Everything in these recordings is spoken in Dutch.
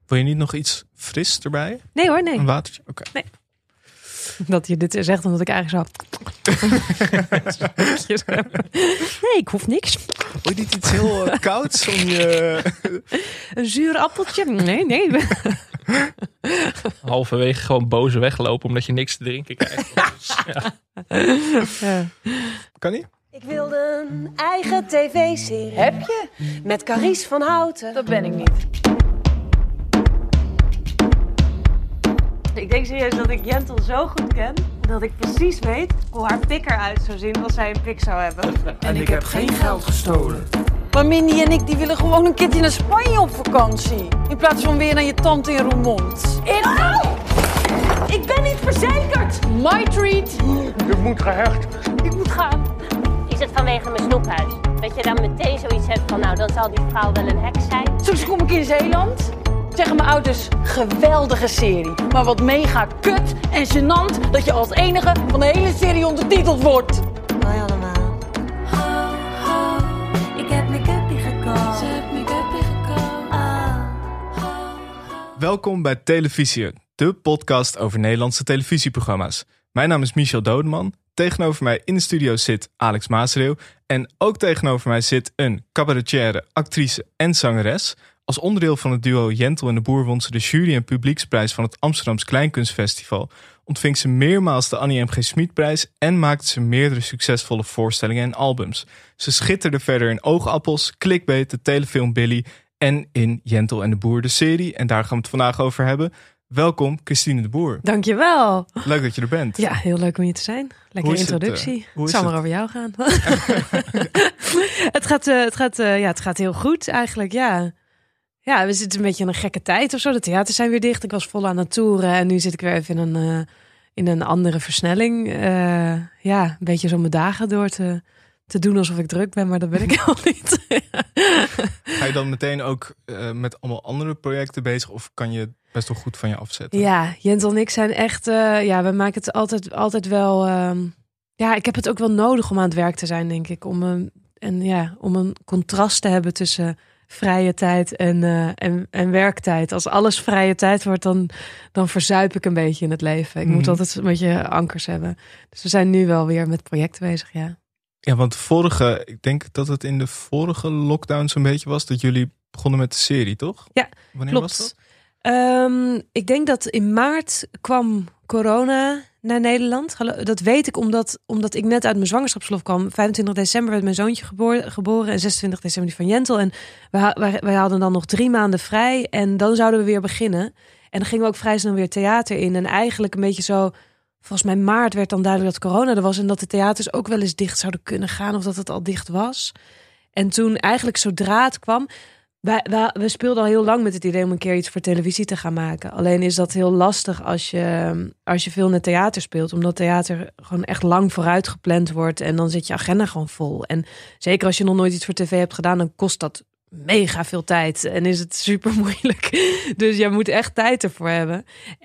Wil je niet nog iets fris erbij? Nee hoor, nee. Een watertje? Oké. Nee. Dat je dit zegt omdat ik eigenlijk zo... Nee, ik hoef niks. Wil je niet iets heel kouds om je... Een zuur appeltje? Nee. Halverwege gewoon boze weglopen omdat je niks te drinken krijgt. Ja. Kan niet? Ik wilde een eigen tv-serie. Heb je? Met Carice van Houten. Dat ben ik niet. Ik denk serieus dat ik Jentel zo goed ken, dat ik precies weet hoe haar pik eruit zou zien als zij een pik zou hebben. En ik heb geen geld gestolen. Maar Mindy en ik die willen gewoon een keertje naar Spanje op vakantie. In plaats van weer naar je tante in Roermond. Ik ben niet verzekerd! My treat. Je moet gehecht. Ik moet gaan. Is het vanwege mijn snoephuis? Dat je dan meteen zoiets hebt van, nou, dan zal die vrouw wel een heks zijn. Straks kom ik in Zeeland. Zeggen mijn ouders, geweldige serie. Maar wat mega kut en gênant dat je als enige van de hele serie ondertiteld wordt. Hoi allemaal. Ik heb make-upie gekocht. Ze heeft make-upie gekocht. Welkom bij Televisie, de podcast over Nederlandse televisieprogramma's. Mijn naam is Michel Dodeman. Tegenover mij in de studio zit Alex Maasreeuw. En ook tegenover mij zit een cabaretière, actrice en zangeres. Als onderdeel van het duo Jentel en de Boer won ze de jury- en publieksprijs van het Amsterdams Kleinkunstfestival. Ontving ze meermaals de Annie M. G. Schmidprijs en maakte ze meerdere succesvolle voorstellingen en albums. Ze schitterde verder in Oogappels, Clickbait, de telefilm Billy en in Jentel en de Boer, de serie. En daar gaan we het vandaag over hebben. Welkom, Christine de Boer. Dankjewel. Leuk dat je er bent. Ja, heel leuk om hier te zijn. Lekkere introductie. Het zal maar over jou gaan. Het gaat heel goed eigenlijk, ja. Ja, we zitten een beetje in een gekke tijd of zo. De theaters zijn weer dicht. Ik was vol aan het toeren en nu zit ik weer even in een andere versnelling. Een beetje zo mijn dagen door te doen alsof ik druk ben, maar dat ben ik helemaal niet. Ga je dan meteen ook met allemaal andere projecten bezig of kan je het best wel goed van je afzetten? Ja, Jentel en ik zijn echt... we maken het altijd wel... ik heb het ook wel nodig om aan het werk te zijn, denk ik. Om een contrast te hebben tussen vrije tijd en werktijd. Als alles vrije tijd wordt, dan verzuip ik een beetje in het leven. Ik moet altijd een beetje ankers hebben. Dus we zijn nu wel weer met projecten bezig, ja. Ja, want ik denk dat het in de vorige lockdown zo'n beetje was dat jullie begonnen met de serie, toch? Ja, wanneer klopt. Was dat? Ik denk dat in maart kwam corona naar Nederland. Dat weet ik omdat ik net uit mijn zwangerschapsverlof kwam. 25 december werd mijn zoontje geboren en 26 december die van Jentel. En wij hadden dan nog 3 maanden vrij en dan zouden we weer beginnen. En dan gingen we ook vrij snel weer theater in. En eigenlijk een beetje zo... Volgens mij maart werd dan duidelijk dat corona er was en dat de theaters ook wel eens dicht zouden kunnen gaan of dat het al dicht was. En toen eigenlijk zodra het kwam, we speelden al heel lang met het idee om een keer iets voor televisie te gaan maken. Alleen is dat heel lastig als je veel in het theater speelt, omdat theater gewoon echt lang vooruit gepland wordt en dan zit je agenda gewoon vol. En zeker als je nog nooit iets voor tv hebt gedaan, dan kost dat mega veel tijd en is het super moeilijk. Dus je moet echt tijd ervoor hebben.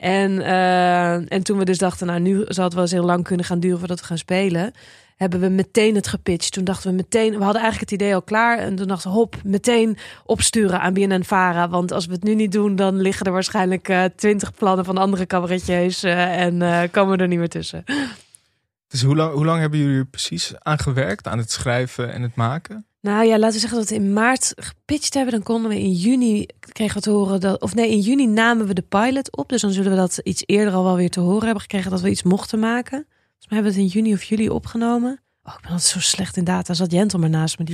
En toen we dus dachten, nou nu zal het wel eens heel lang kunnen gaan duren voordat we gaan spelen, hebben we meteen het gepitcht. Toen dachten we hadden eigenlijk het idee al klaar en toen dachten we meteen opsturen aan BNN-Vara, want als we het nu niet doen, dan liggen er waarschijnlijk 20 plannen van andere cabaretiers en komen we er niet meer tussen. Dus hoe lang hebben jullie precies aan gewerkt, aan het schrijven en het maken? Nou ja, laten we zeggen dat we in maart gepitcht hebben. Dan konden we in juni, kregen we te horen in juni namen we de pilot op. Dus dan zullen we dat iets eerder al wel weer te horen hebben gekregen dat we iets mochten maken. Dus we hebben het in juni of juli opgenomen. Oh, ik ben altijd zo slecht in data. Zat Jentel maar naast me.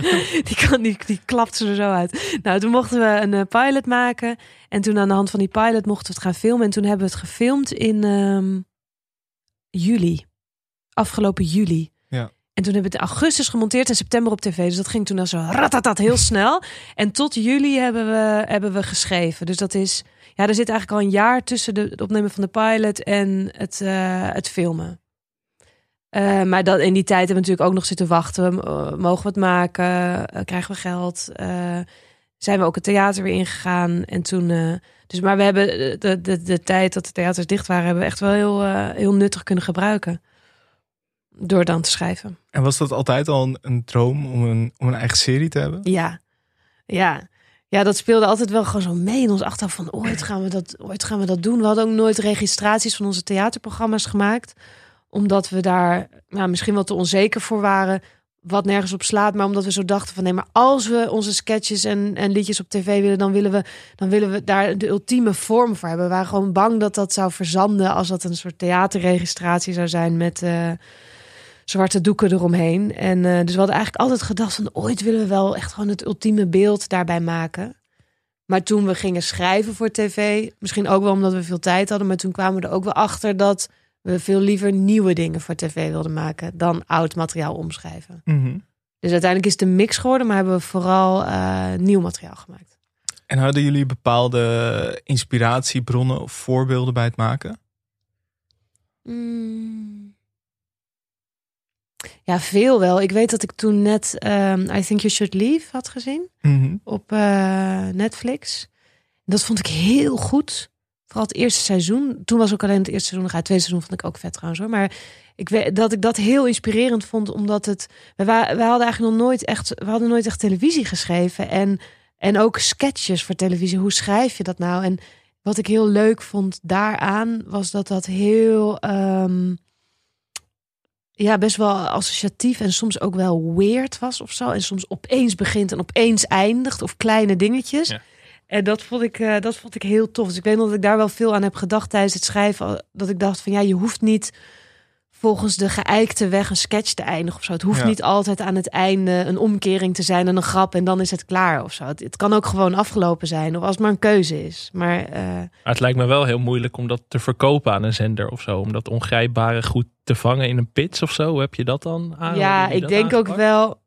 Die klapt ze er zo uit. Nou, toen mochten we een pilot maken. En toen aan de hand van die pilot mochten we het gaan filmen. En toen hebben we het gefilmd in juli. Afgelopen juli. Ja. En toen hebben we het in augustus gemonteerd en september op tv. Dus dat ging toen al zo ratatatat heel snel. En tot juli hebben we geschreven. Dus dat is... Ja, er zit eigenlijk al een jaar tussen het opnemen van de pilot en het filmen. Maar in die tijd hebben we natuurlijk ook nog zitten wachten. Mogen we het maken? Krijgen we geld? Zijn we ook het theater weer ingegaan? En toen... maar we hebben de tijd dat de theaters dicht waren, hebben we echt wel heel nuttig kunnen gebruiken. Door dan te schrijven. En was dat altijd al een droom om een eigen serie te hebben? Ja. Ja, dat speelde altijd wel gewoon zo mee in ons achterhoofd van ooit gaan we dat doen. We hadden ook nooit registraties van onze theaterprogramma's gemaakt. Omdat we daar misschien wel te onzeker voor waren. Wat nergens op slaat. Maar omdat we zo dachten van nee, maar als we onze sketches en liedjes op tv willen, dan willen we daar de ultieme vorm voor hebben. We waren gewoon bang dat dat zou verzanden als dat een soort theaterregistratie zou zijn met zwarte doeken eromheen. En dus we hadden eigenlijk altijd gedacht van ooit willen we wel echt gewoon het ultieme beeld daarbij maken. Maar toen we gingen schrijven voor tv, misschien ook wel omdat we veel tijd hadden, maar toen kwamen we er ook wel achter dat we veel liever nieuwe dingen voor tv wilden maken dan oud materiaal omschrijven. Mm-hmm. Dus uiteindelijk is het een mix geworden, maar hebben we vooral nieuw materiaal gemaakt. En hadden jullie bepaalde inspiratiebronnen of voorbeelden bij het maken? Ja, veel wel. Ik weet dat ik toen net I Think You Should Leave had gezien op Netflix. Dat vond ik heel goed. Vooral het eerste seizoen. Toen was ook alleen het eerste seizoen. Het tweede seizoen vond ik ook vet trouwens hoor. Maar ik weet dat ik dat heel inspirerend vond. Omdat we hadden eigenlijk nog nooit echt. We hadden nooit echt televisie geschreven. En ook sketches voor televisie. Hoe schrijf je dat nou? En wat ik heel leuk vond daaraan was dat heel best wel associatief en soms ook wel weird was of zo. En soms opeens begint en opeens eindigt. Of kleine dingetjes. Ja. En dat vond ik heel tof. Dus ik weet nog dat ik daar wel veel aan heb gedacht tijdens het schrijven. Dat ik dacht van ja, je hoeft niet volgens de geëikte weg een sketch te eindigen of zo. Het hoeft niet altijd aan het einde een omkering te zijn en een grap en dan is het klaar of zo. Het kan ook gewoon afgelopen zijn of als het maar een keuze is. Maar het lijkt me wel heel moeilijk om dat te verkopen aan een zender of zo. Om dat ongrijpbare goed te vangen in een pitch of zo. Hoe heb je dat dan aan? Ja, ik denk ook wel.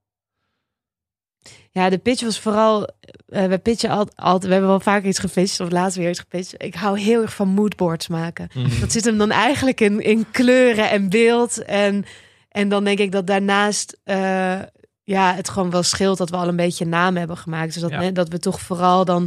Ja, de pitch was vooral. We pitchen altijd. We hebben wel vaker iets gepitcht of laatst weer iets gepitcht. Ik hou heel erg van moodboards maken. Mm-hmm. Dat zit hem dan eigenlijk in kleuren en beeld. En dan denk ik dat daarnaast het gewoon wel scheelt dat we al een beetje naam hebben gemaakt. Dus dat we toch vooral dan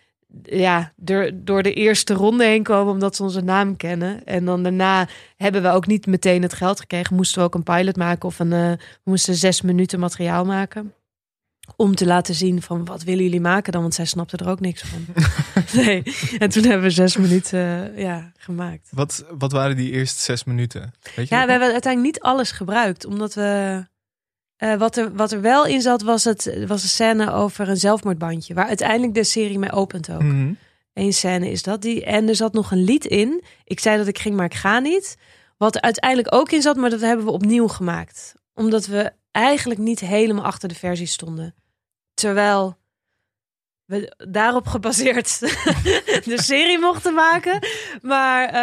door de eerste ronde heen komen omdat ze onze naam kennen. En dan daarna hebben we ook niet meteen het geld gekregen. Moesten we ook een pilot maken of we moesten 6 minuten materiaal maken. Om te laten zien van wat willen jullie maken dan? Want zij snapte er ook niks van. Nee. En toen hebben we 6 minuten gemaakt. Wat waren die eerste 6 minuten? Weet je we hebben uiteindelijk niet alles gebruikt. Omdat we... Wat er wel in zat was een scène over een zelfmoordbandje. Waar uiteindelijk de serie mee opent ook. Mm-hmm. Eén scène is dat. En er zat nog een lied in. Ik zei dat ik ging, maar ik ga niet. Wat er uiteindelijk ook in zat, maar dat hebben we opnieuw gemaakt. Omdat we eigenlijk niet helemaal achter de versie stonden. Terwijl we daarop gebaseerd de serie mochten maken. Maar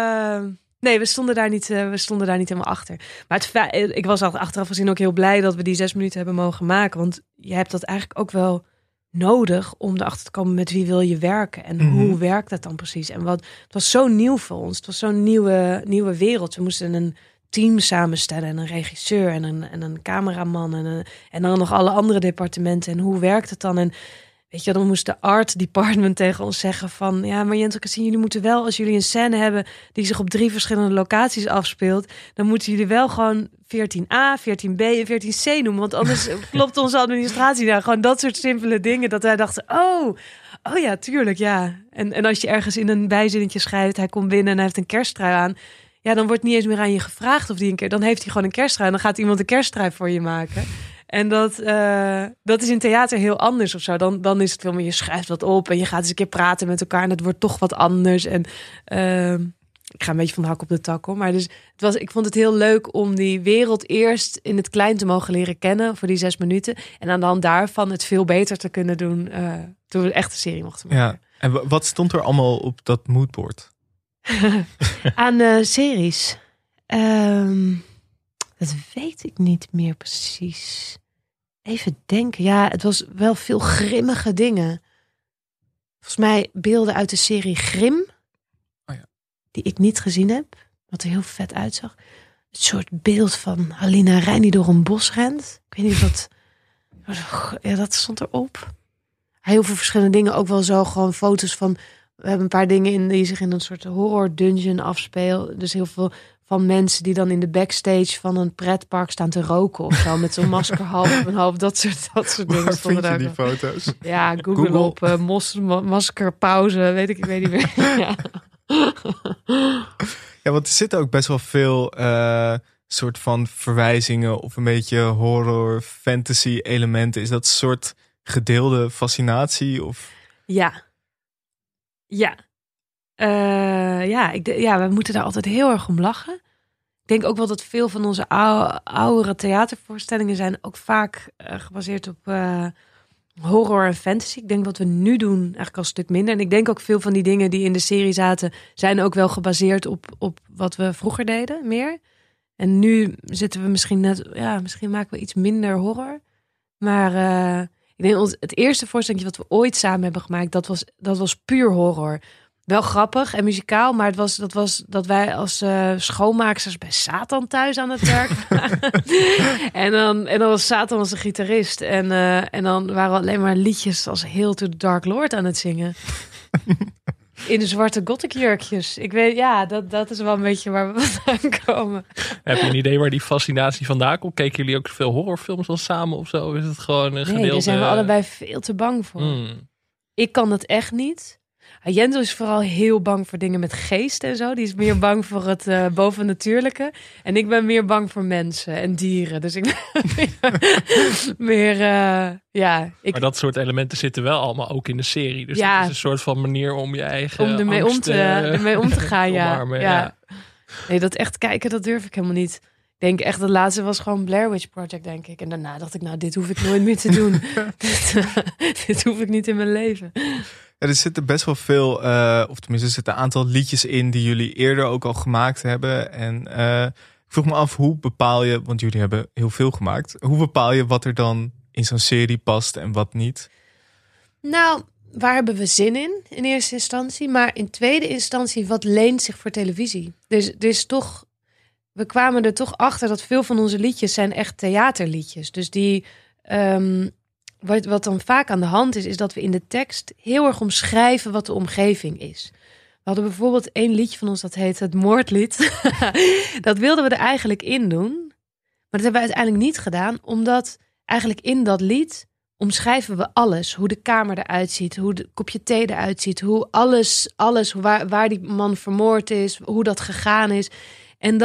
nee, we stonden daar niet helemaal achter. Maar ik was achteraf gezien ook heel blij dat we die 6 minuten hebben mogen maken. Want je hebt dat eigenlijk ook wel nodig om erachter te komen met wie wil je werken. En hoe werkt dat dan precies? En het was zo nieuw voor ons. Het was zo'n nieuwe wereld. We moesten een team samenstellen en een regisseur en een cameraman en dan nog alle andere departementen. En hoe werkt het dan? En weet je, dan moest de art department tegen ons zeggen van ja, maar Jentel Cassien, jullie moeten wel, als jullie een scène hebben die zich op 3 verschillende locaties afspeelt, dan moeten jullie wel gewoon 14a, 14b en 14c noemen, want anders klopt onze administratie daar. Gewoon dat soort simpele dingen dat wij dachten, oh ja, tuurlijk, ja. En als je ergens in een bijzinnetje schrijft, hij komt binnen en hij heeft een kersttrui aan. Ja, dan wordt niet eens meer aan je gevraagd of die een keer. Dan heeft hij gewoon een kersttrui en dan gaat iemand een kersttrui voor je maken. En dat is in theater heel anders of zo. Dan is het veel meer, je schrijft wat op en je gaat eens een keer praten met elkaar en het wordt toch wat anders. En ik ga een beetje van de hak op de tak hoor. Maar dus ik vond het heel leuk om die wereld eerst in het klein te mogen leren kennen voor die 6 minuten. En aan de hand daarvan het veel beter te kunnen doen toen we echt een serie mochten maken. Ja, en wat stond er allemaal op dat moodboard? Aan series. Dat weet ik niet meer precies. Even denken. Ja, het was wel veel grimmige dingen. Volgens mij beelden uit de serie Grimm. Oh ja. Die ik niet gezien heb. Wat er heel vet uitzag. Het soort beeld van Halina Rijn die door een bos rent. Ik weet niet wat. Ja, dat stond erop. Heel veel verschillende dingen. Ook wel zo gewoon foto's van. We hebben een paar dingen die zich in een soort horror dungeon afspelen. Dus heel veel van mensen die dan in de backstage van een pretpark staan te roken of zo. Met zo'n masker half op hun hoofd. Dat soort dingen Waar stonden vind je daar. die foto's? Ja, Google op maskerpauze, weet ik niet meer. Ja. Ja, want er zitten ook best wel veel soort van verwijzingen of een beetje horror, fantasy elementen. Is dat een soort gedeelde fascinatie? Of? Ja. We moeten daar altijd heel erg om lachen. Ik denk ook wel dat veel van onze oudere theatervoorstellingen zijn ook vaak gebaseerd op horror en fantasy. Ik denk wat we nu doen eigenlijk al een stuk minder. En ik denk ook veel van die dingen die in de serie zaten zijn ook wel gebaseerd op wat we vroeger deden, meer. En nu zitten we misschien maken we iets minder horror. Maar ik denk het eerste voorstelling wat we ooit samen hebben gemaakt, dat was puur horror. Wel grappig en muzikaal, maar dat was dat wij als schoonmaaksters bij Satan thuis aan het werk waren. en dan was Satan als een gitarist. En dan waren we alleen maar liedjes als Hail to the Dark Lord aan het zingen. In de zwarte gothic jurkjes. Ik weet, dat is wel een beetje waar we vandaan komen. Heb je een idee waar die fascinatie vandaan komt? Keken jullie ook veel horrorfilms al samen of zo? Is het gewoon een gedeelte? Nee, daar zijn we allebei veel te bang voor. Ik kan dat echt niet. Jentel is vooral heel bang voor dingen met geest en zo. Die is meer bang voor het bovennatuurlijke. En ik ben meer bang voor mensen en dieren. Dus ik ben meer, Maar dat soort elementen zitten wel allemaal ook in de serie. Dus ja, dat is een soort van manier om je eigen om ermee om te gaan, omarmen, ja. Nee, dat echt kijken, dat durf ik helemaal niet. Ik denk echt, de laatste was gewoon Blair Witch Project, denk ik. En daarna dacht ik, dit hoef ik nooit meer te doen. dit hoef ik niet in mijn leven. Ja, er zitten best wel veel, of tenminste er zitten een aantal liedjes in die jullie eerder ook al gemaakt hebben. En ik vroeg me af, hoe bepaal je, want jullie hebben heel veel gemaakt. Hoe bepaal je wat er dan in zo'n serie past en wat niet? Nou, waar hebben we zin in eerste instantie? Maar in tweede instantie, wat leent zich voor televisie? Dus toch, we kwamen er toch achter dat veel van onze liedjes zijn echt theaterliedjes. Dus die... Wat dan vaak aan de hand is dat we in de tekst heel erg omschrijven wat de omgeving is. We hadden bijvoorbeeld één liedje van ons, dat heet het Moordlied. Dat wilden we er eigenlijk in doen. Maar dat hebben we uiteindelijk niet gedaan, omdat eigenlijk in dat lied omschrijven we alles. Hoe de kamer eruit ziet, hoe de kopje thee eruit ziet, hoe alles waar die man vermoord is, hoe dat gegaan is. En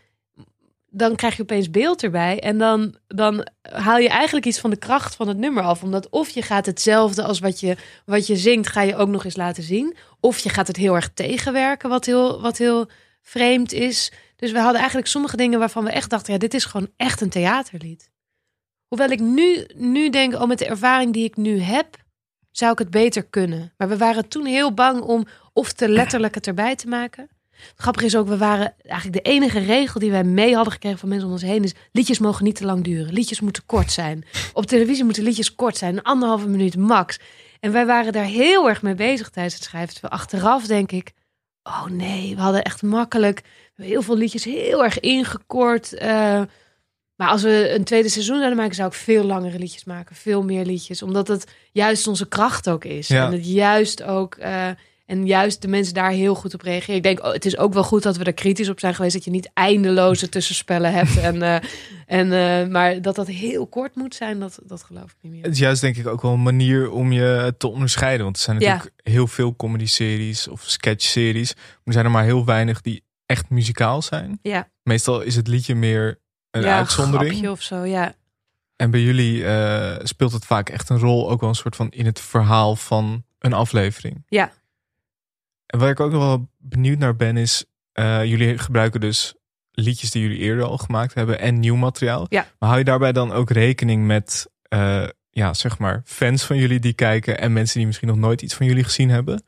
dan krijg je opeens beeld erbij. En dan haal je eigenlijk iets van de kracht van het nummer af. Omdat of je gaat hetzelfde als wat je zingt, ga je ook nog eens laten zien. Of je gaat het heel erg tegenwerken, wat heel vreemd is. Dus we hadden eigenlijk sommige dingen waarvan we echt dachten, dit is gewoon echt een theaterlied. Hoewel ik nu denk, met de ervaring die ik nu heb, zou ik het beter kunnen. Maar we waren toen heel bang om of te letterlijk het erbij te maken. Grappig is ook, we waren eigenlijk de enige regel die wij mee hadden gekregen van mensen om ons heen is: liedjes mogen niet te lang duren. Liedjes moeten kort zijn. Op televisie moeten liedjes kort zijn, 1,5 minuut max. En wij waren daar heel erg mee bezig tijdens het schrijven. Terwijl achteraf denk ik, oh nee, we hadden echt makkelijk heel veel liedjes heel erg ingekort. Maar als we een tweede seizoen zouden maken, zou ik veel langere liedjes maken. Veel meer liedjes. Omdat het juist onze kracht ook is. Ja. En het juist ook... En juist de mensen daar heel goed op reageren. Ik denk, het is ook wel goed dat we er kritisch op zijn geweest. Dat je niet eindeloze tussenspellen hebt. Maar dat heel kort moet zijn, dat geloof ik niet meer. Het is juist denk ik ook wel een manier om je te onderscheiden. Want er zijn natuurlijk heel veel comedy-series of sketch-series. Maar er zijn er maar heel weinig die echt muzikaal zijn. Ja. Meestal is het liedje meer een uitzondering. Een grapje of zo, ja. En bij jullie speelt het vaak echt een rol. Ook wel een soort van in het verhaal van een aflevering. Ja. En waar ik ook nog wel benieuwd naar ben is, jullie gebruiken dus liedjes die jullie eerder al gemaakt hebben en nieuw materiaal. Ja. Maar hou je daarbij dan ook rekening met, zeg maar, fans van jullie die kijken en mensen die misschien nog nooit iets van jullie gezien hebben?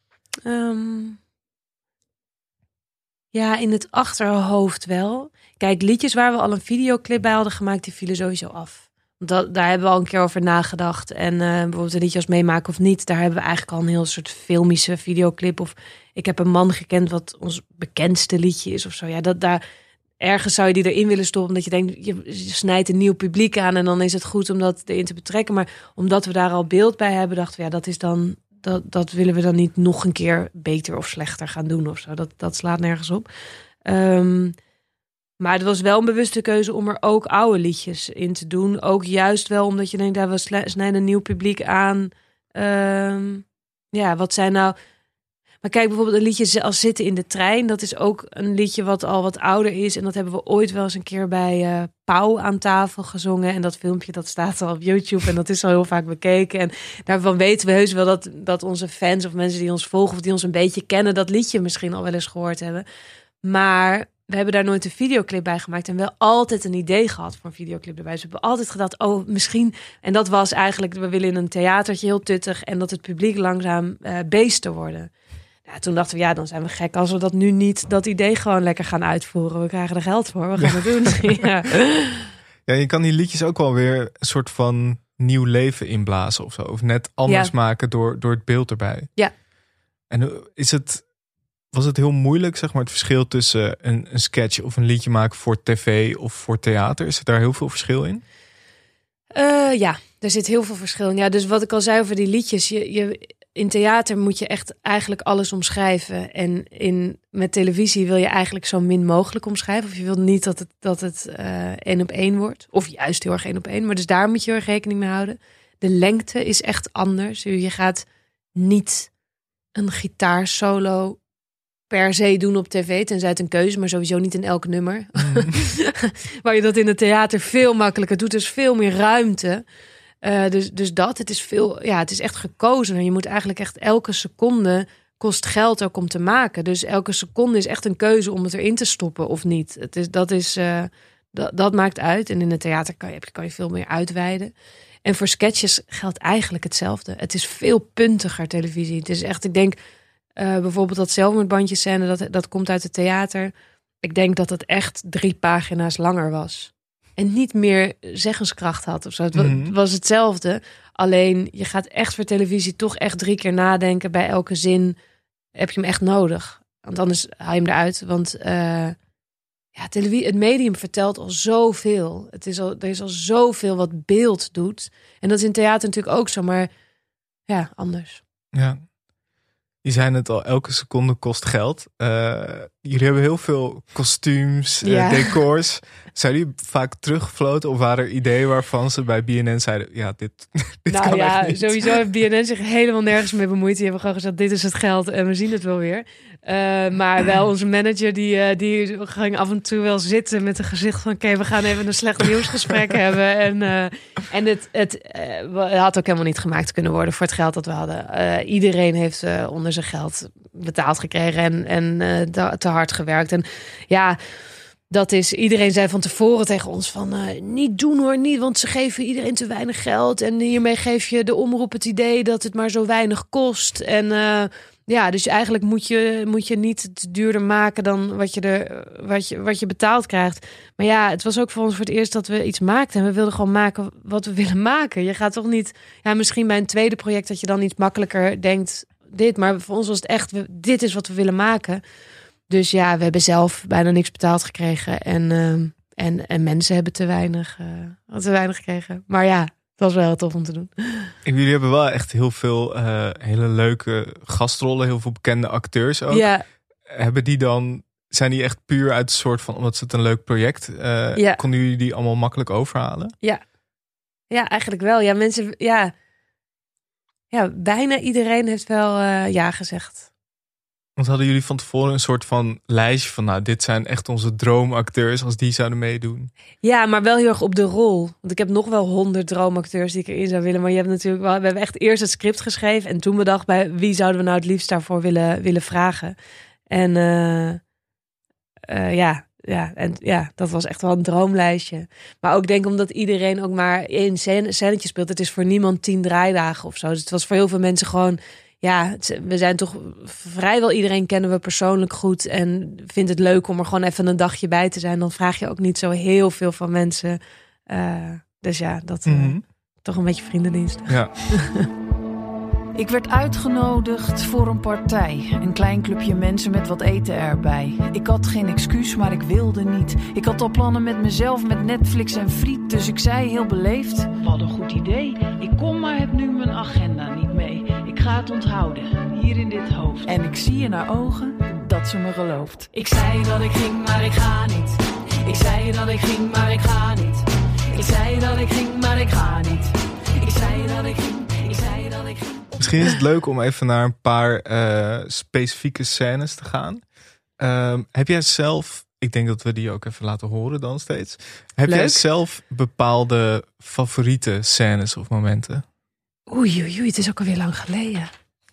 Ja, in het achterhoofd wel. Kijk, liedjes waar we al een videoclip bij hadden gemaakt, die vielen sowieso af. Daar hebben we al een keer over nagedacht. En bijvoorbeeld een liedje als Meemaken of Niet, daar hebben we eigenlijk al een heel soort filmische videoclip. Of ik heb een man gekend wat ons bekendste liedje is of zo. Ja, daar ergens zou je die erin willen stoppen, omdat je denkt, je snijdt een nieuw publiek aan en dan is het goed om dat erin te betrekken. Maar omdat we daar al beeld bij hebben, dachten we, dat is dan, dat willen we dan niet nog een keer beter of slechter gaan doen of zo. Dat slaat nergens op. Maar het was wel een bewuste keuze om er ook oude liedjes in te doen. Ook juist wel omdat je denkt, we snijden een nieuw publiek aan. Wat zijn nou... Maar kijk, bijvoorbeeld een liedje als Zitten in de Trein. Dat is ook een liedje wat al wat ouder is. En dat hebben we ooit wel eens een keer bij Pauw aan tafel gezongen. En dat filmpje dat staat al op YouTube. En dat is al heel vaak bekeken. En daarvan weten we heus wel dat onze fans of mensen die ons volgen... of die ons een beetje kennen, dat liedje misschien al wel eens gehoord hebben. Maar we hebben daar nooit een videoclip bij gemaakt. En wel altijd een idee gehad voor een videoclip erbij. Dus we hebben altijd gedacht, misschien... En dat was eigenlijk, we willen in een theatertje heel tuttig... en dat het publiek langzaam beesten worden. Ja, toen dachten we, dan zijn we gek als we dat nu niet... dat idee gewoon lekker gaan uitvoeren. We krijgen er geld voor, we gaan het doen. Ja, je kan die liedjes ook wel weer een soort van nieuw leven inblazen of zo. Of net anders maken door het beeld erbij. Ja. En was het heel moeilijk, zeg maar, het verschil tussen een sketch of een liedje maken voor tv of voor theater? Is er daar heel veel verschil in? Ja, er zit heel veel verschil in. Ja, dus wat ik al zei over die liedjes. In theater moet je echt eigenlijk alles omschrijven. En met televisie wil je eigenlijk zo min mogelijk omschrijven. Of je wilt niet dat het 1-op-1 wordt. Of juist heel erg 1-op-1. Maar dus daar moet je heel erg rekening mee houden. De lengte is echt anders. Je gaat niet een gitaarsolo per se doen op tv, tenzij het een keuze, maar sowieso niet in elk nummer. Waar je dat in het theater veel makkelijker doet. Dus veel meer ruimte. Dus het is het is echt gekozen. En je moet eigenlijk echt elke seconde kost geld ook om te maken. Dus elke seconde is echt een keuze om het erin te stoppen of niet. Dat maakt uit. En in het theater kan je veel meer uitweiden. En voor sketches geldt eigenlijk hetzelfde. Het is veel puntiger televisie. Het is echt, ik denk, bijvoorbeeld dat zelfmoordbandje scène, dat komt uit het theater. Ik denk dat het echt 3 pagina's langer was. En niet meer zeggenskracht had of zo. Het was hetzelfde. Alleen je gaat echt voor televisie toch echt 3 keer nadenken. Bij elke zin heb je hem echt nodig. Want anders haal je hem eruit. Want televisie, het medium vertelt al zoveel. Er is al zoveel wat beeld doet. En dat is in theater natuurlijk ook zo. Maar ja, anders. Ja. Je zei het al, elke seconde kost geld. Jullie hebben heel veel kostuums, decors. Zijn jullie vaak teruggefloten of waren er ideeën waarvan ze bij BNN zeiden, dit kan echt niet? Sowieso heeft BNN zich helemaal nergens mee bemoeid. Die hebben gewoon gezegd, dit is het geld en we zien het wel weer. Maar wel onze manager, die ging af en toe wel zitten met een gezicht van, oké, we gaan even een slecht nieuwsgesprek hebben. En het had ook helemaal niet gemaakt kunnen worden voor het geld dat we hadden. Iedereen heeft onder zijn geld betaald gekregen en te hard gewerkt. En ja, dat is, iedereen zei van tevoren tegen ons van niet doen hoor, niet, want ze geven iedereen te weinig geld en hiermee geef je de omroep het idee dat het maar zo weinig kost. En dus eigenlijk moet je niet het duurder maken dan wat je betaald krijgt. Maar ja, het was ook voor ons voor het eerst dat we iets maakten en we wilden gewoon maken wat we willen maken. Je gaat toch niet, misschien bij een tweede project dat je dan iets makkelijker denkt dit, maar voor ons was het echt, dit is wat we willen maken. Dus ja, we hebben zelf bijna niks betaald gekregen. En mensen hebben te weinig gekregen. Maar ja, het was wel heel tof om te doen. En jullie hebben wel echt heel veel hele leuke gastrollen. Heel veel bekende acteurs ook. Ja. Zijn die echt puur uit een soort van, omdat het een leuk project? Konden jullie die allemaal makkelijk overhalen? Ja, eigenlijk wel. Ja, mensen, bijna iedereen heeft wel ja gezegd. Want hadden jullie van tevoren een soort van lijstje van, dit zijn echt onze droomacteurs als die zouden meedoen? Ja, maar wel heel erg op de rol. Want ik heb nog wel 100 droomacteurs die ik erin zou willen. Maar je hebt natuurlijk wel, we hebben echt eerst het script geschreven en toen bedacht bij wie zouden we nou het liefst daarvoor willen vragen. En dat was echt wel een droomlijstje. Maar ook denk omdat iedereen ook maar één scènetje speelt. Het is voor niemand 10 draaidagen of zo. Dus het was voor heel veel mensen gewoon, we zijn toch vrijwel iedereen kennen we persoonlijk goed en vindt het leuk om er gewoon even een dagje bij te zijn. Dan vraag je ook niet zo heel veel van mensen. Dus ja, dat toch een beetje vriendendienst. Ja. Ik werd uitgenodigd voor een partij. Een klein clubje mensen met wat eten erbij. Ik had geen excuus, maar ik wilde niet. Ik had al plannen met mezelf, met Netflix en friet. Dus ik zei heel beleefd: wat een goed idee. Ik kom, maar heb nu mijn agenda niet mee. Ik ga het onthouden, hier in dit hoofd. En ik zie in haar ogen dat ze me gelooft. Ik zei dat ik ging, maar ik ga niet. Ik zei dat ik ging, maar ik ga niet. Ik zei dat ik ging, maar ik ga niet. Ik zei dat ik ging, ik zei dat ik ging. Misschien is het leuk om even naar een paar specifieke scènes te gaan. Heb jij zelf, ik denk dat we die ook even laten horen dan steeds. Heb Leuk. jij zelf bepaalde favoriete scènes of momenten? Oei, het is ook alweer lang geleden.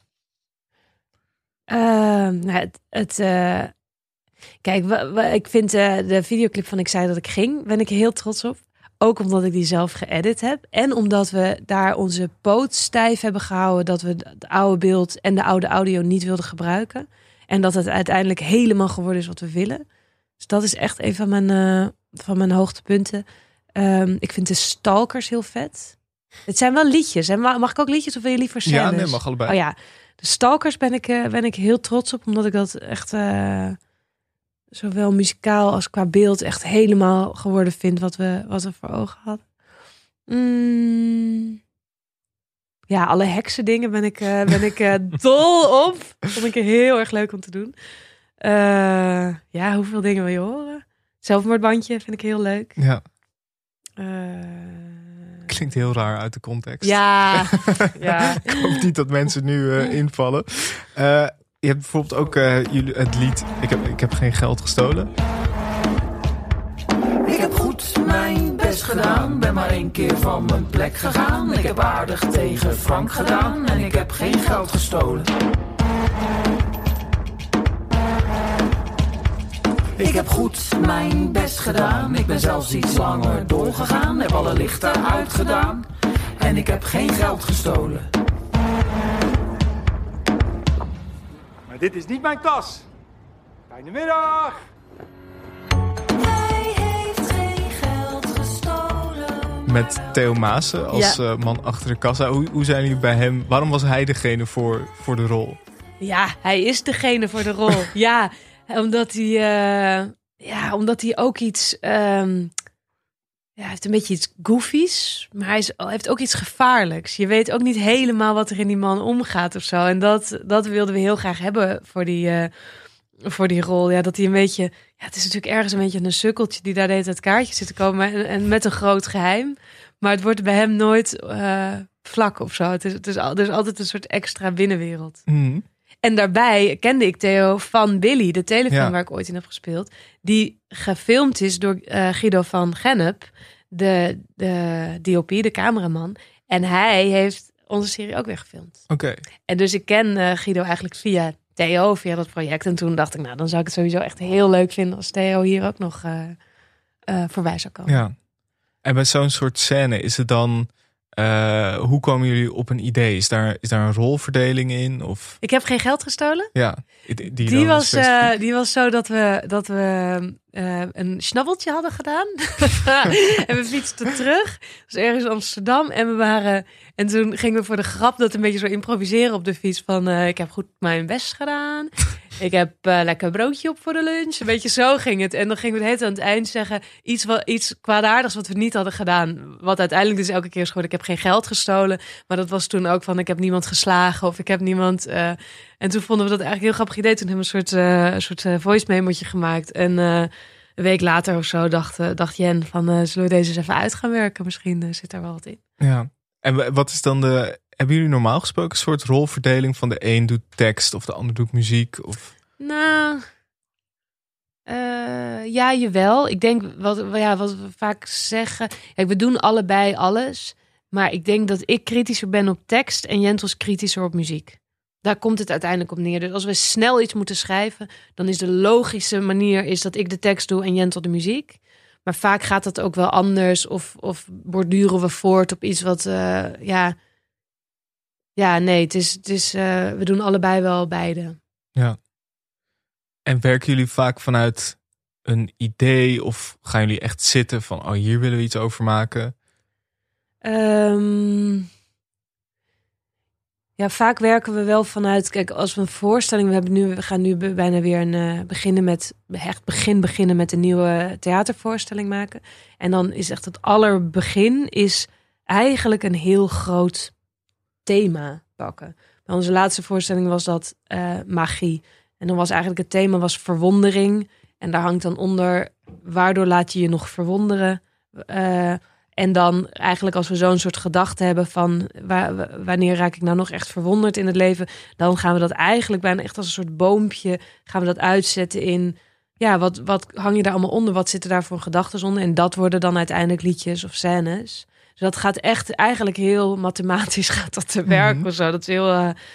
Kijk, ik vind de videoclip van Ik zei dat ik ging, ben ik heel trots op. Ook omdat ik die zelf geëdit heb. En omdat we daar onze poot stijf hebben gehouden. Dat we het oude beeld en de oude audio niet wilden gebruiken. En dat het uiteindelijk helemaal geworden is wat we willen. Dus dat is echt een van mijn hoogtepunten. Ik vind de Stalkers heel vet. Het zijn wel liedjes. Hè? Mag ik ook liedjes of wil je liever scènes? Ja, nee, mag allebei. Oh ja, de Stalkers ben ik heel trots op. Omdat ik dat echt zowel muzikaal als qua beeld echt helemaal geworden vind wat we voor ogen hadden. Ja, alle heksen dingen ben ik dol op. Vond ik heel erg leuk om te doen. Ja, hoeveel dingen wil je horen? Zelfmoordbandje vind ik heel leuk. Ja. Klinkt heel raar uit de context. Ja. Ik hoop niet dat mensen nu invallen. Je hebt bijvoorbeeld ook jullie het lied Ik heb geen geld gestolen. Ik heb goed mijn best gedaan, ben maar 1 keer van mijn plek gegaan. Ik heb aardig tegen Frank gedaan en ik heb geen geld gestolen. Ik heb goed mijn best gedaan, ik ben zelfs iets langer doorgegaan. Heb alle lichten uitgedaan en ik heb geen geld gestolen. Maar dit is niet mijn tas. Fijne middag. Hij heeft geen geld gestolen. Met Theo Maassen als man achter de kassa. Hoe zijn jullie bij hem? Waarom was hij degene voor de rol? Ja, hij is degene voor de rol. Ja, omdat hij ook iets... hij heeft een beetje iets goofies, maar hij heeft ook iets gevaarlijks. Je weet ook niet helemaal wat er in die man omgaat of zo. En dat wilden we heel graag hebben voor die rol. Ja, dat hij een beetje... Ja, het is natuurlijk ergens een beetje een sukkeltje die daar de hele tijd kaartjes zit te komen en met een groot geheim. Maar het wordt bij hem nooit vlak of zo. Er is altijd een soort extra binnenwereld. Mm. En daarbij kende ik Theo van Billy, de telefilm waar ik ooit in heb gespeeld. Die gefilmd is door Guido van Gennep, de DOP, de cameraman. En hij heeft onze serie ook weer gefilmd. Oké. En dus ik ken Guido eigenlijk via Theo, via dat project. En toen dacht ik, nou, dan zou ik het sowieso echt heel leuk vinden als Theo hier ook nog voorbij zou komen. Ja. En bij zo'n soort scène is het dan... hoe komen jullie op een idee? Is daar een rolverdeling in? Of... Ik heb geen geld gestolen. Ja, Die was zo dat we een snabbeltje hadden gedaan. En we fietsten terug. Dus ergens in Amsterdam. En toen gingen we voor de grap dat een beetje zo improviseren op de fiets. Van ik heb goed mijn best gedaan. Ik heb lekker broodje op voor de lunch. Een beetje zo ging het. En dan gingen we het hele aan het eind zeggen... iets kwaadaardigs wat we niet hadden gedaan. Wat uiteindelijk dus elke keer is geworden... ik heb geen geld gestolen. Maar dat was toen ook van... ik heb niemand geslagen of ik heb niemand... En toen vonden we dat eigenlijk een heel grappig idee. Toen hebben we een soort voice memo'tje gemaakt. En een week later of zo dacht Jen van... zullen we deze eens even uit gaan werken? Misschien zit daar wel wat in. Ja. En wat is dan hebben jullie normaal gesproken een soort rolverdeling van de een doet tekst of de ander doet muziek? Of... Nou, ja, jawel. Ik denk wat we vaak zeggen. Kijk, we doen allebei alles. Maar ik denk dat ik kritischer ben op tekst en Jentels kritischer op muziek. Daar komt het uiteindelijk op neer. Dus als we snel iets moeten schrijven, dan is de logische manier dat ik de tekst doe en Jentel de muziek. Maar vaak gaat dat ook wel anders of borduren we voort op iets wat, nee, het is we doen allebei wel beide. Ja. En werken jullie vaak vanuit een idee of gaan jullie echt zitten van, hier willen we iets over maken? Ja, vaak werken we wel vanuit... Kijk, als we een voorstelling... We gaan nu bijna weer beginnen met een nieuwe theatervoorstelling maken. En dan is echt het allerbegin is eigenlijk een heel groot thema pakken. Bij onze laatste voorstelling was dat magie. En dan was eigenlijk het thema was verwondering En daar hangt dan onder, waardoor laat je je nog verwonderen? En dan eigenlijk als we zo'n soort gedachte hebben van wanneer raak ik nou nog echt verwonderd in het leven, dan gaan we dat eigenlijk bijna echt als een soort boompje, gaan we dat uitzetten in, ja, wat hang je daar allemaal onder? Wat zitten daar voor gedachten onder? En dat worden dan uiteindelijk liedjes of scènes. Dus dat gaat echt eigenlijk heel mathematisch gaat dat te werk of zo. Dat is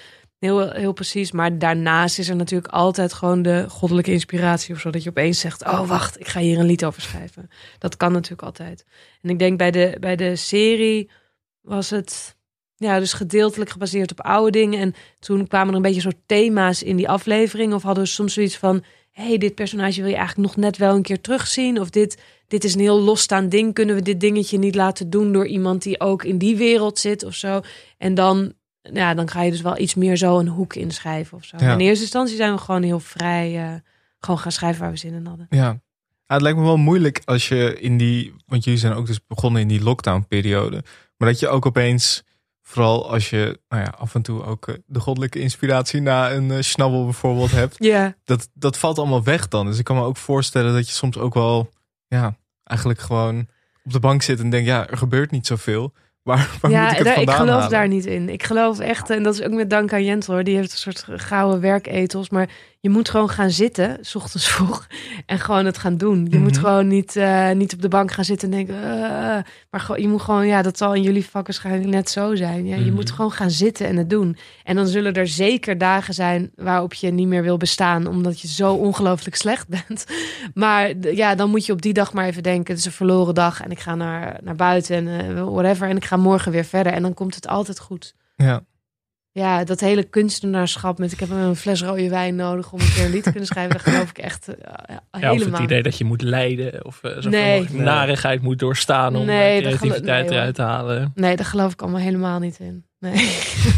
heel precies. Maar daarnaast is er natuurlijk altijd gewoon de goddelijke inspiratie of zo. Dat je opeens zegt, oh wacht, ik ga hier een lied over schrijven. Dat kan natuurlijk altijd. En ik denk bij de serie was het dus gedeeltelijk gebaseerd op oude dingen. En toen kwamen er een beetje soort thema's in die aflevering. Of hadden we soms zoiets van, hey, dit personage wil je eigenlijk nog net wel een keer terugzien. Of dit is een heel losstaand ding. Kunnen we dit dingetje niet laten doen door iemand die ook in die wereld zit of zo. En dan ga je dus wel iets meer zo een hoek inschrijven of zo. Ja. In eerste instantie zijn we gewoon heel vrij gewoon gaan schrijven waar we zin in hadden. Ja. Het lijkt me wel moeilijk als je want jullie zijn ook dus begonnen in die lockdown-periode. Maar dat je ook opeens, vooral als je af en toe ook de goddelijke inspiratie na een schnabbel bijvoorbeeld hebt. Ja. Dat valt allemaal weg dan. Dus ik kan me ook voorstellen dat je soms ook wel eigenlijk gewoon op de bank zit en denkt, er gebeurt niet zoveel. Waar moet ik het vandaan ik geloof halen? daar niet in. Ik geloof echt, en dat is ook met dank aan Jentel hoor, die heeft een soort gouden werkethos, maar je moet gewoon gaan zitten, 's ochtends vroeg, en gewoon het gaan doen. Je moet gewoon niet op de bank gaan zitten en denken, maar je moet gewoon, dat zal in jullie vak waarschijnlijk net zo zijn. Ja, je moet gewoon gaan zitten en het doen. En dan zullen er zeker dagen zijn waarop je niet meer wil bestaan, omdat je zo ongelooflijk slecht bent. Maar dan moet je op die dag maar even denken, het is een verloren dag en ik ga naar buiten en whatever, en ik ga morgen weer verder en dan komt het altijd goed. Ja. Ja, dat hele kunstenaarschap met ik heb een fles rode wijn nodig om een keer een lied te kunnen schrijven, daar geloof ik echt helemaal. Of het idee dat je moet lijden of zoveel narigheid moet doorstaan om creativiteit eruit te halen. Nee, daar geloof ik allemaal helemaal niet in. Nee.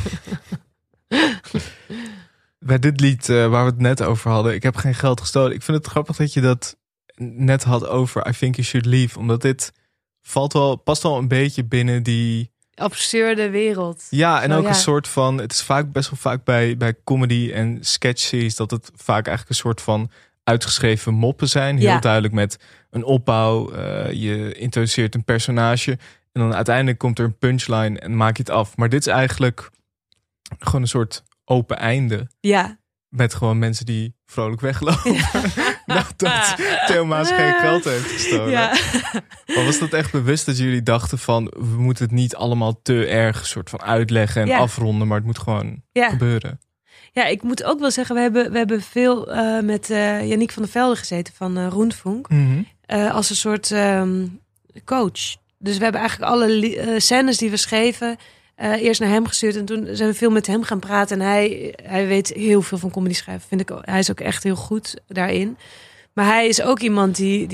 Bij dit lied waar we het net over hadden, ik heb geen geld gestolen. Ik vind het grappig dat je dat net had over I Think You Should Leave, omdat dit past wel een beetje binnen die absurde wereld. Ja, en ook een soort van, het is best wel vaak bij comedy en sketches dat het vaak eigenlijk een soort van uitgeschreven moppen zijn. Heel duidelijk met een opbouw. Je introduceert een personage en dan uiteindelijk komt er een punchline en maak je het af. Maar dit is eigenlijk gewoon een soort open einde. Ja. Met gewoon mensen die vrolijk weglopen. Dat Theo Maas geen geld heeft gestolen. Ja. Maar was dat echt bewust dat jullie dachten van, we moeten het niet allemaal te erg soort van uitleggen en afronden, maar het moet gewoon gebeuren. Ja, ik moet ook wel zeggen, we hebben veel met Yannick van der Velde gezeten van Rundfunk. Als een soort coach. Dus we hebben eigenlijk alle scènes die we schreven eerst naar hem gestuurd. En toen zijn we veel met hem gaan praten. En hij weet heel veel van comedy schrijven. Vind ik, hij is ook echt heel goed daarin. Maar hij is ook iemand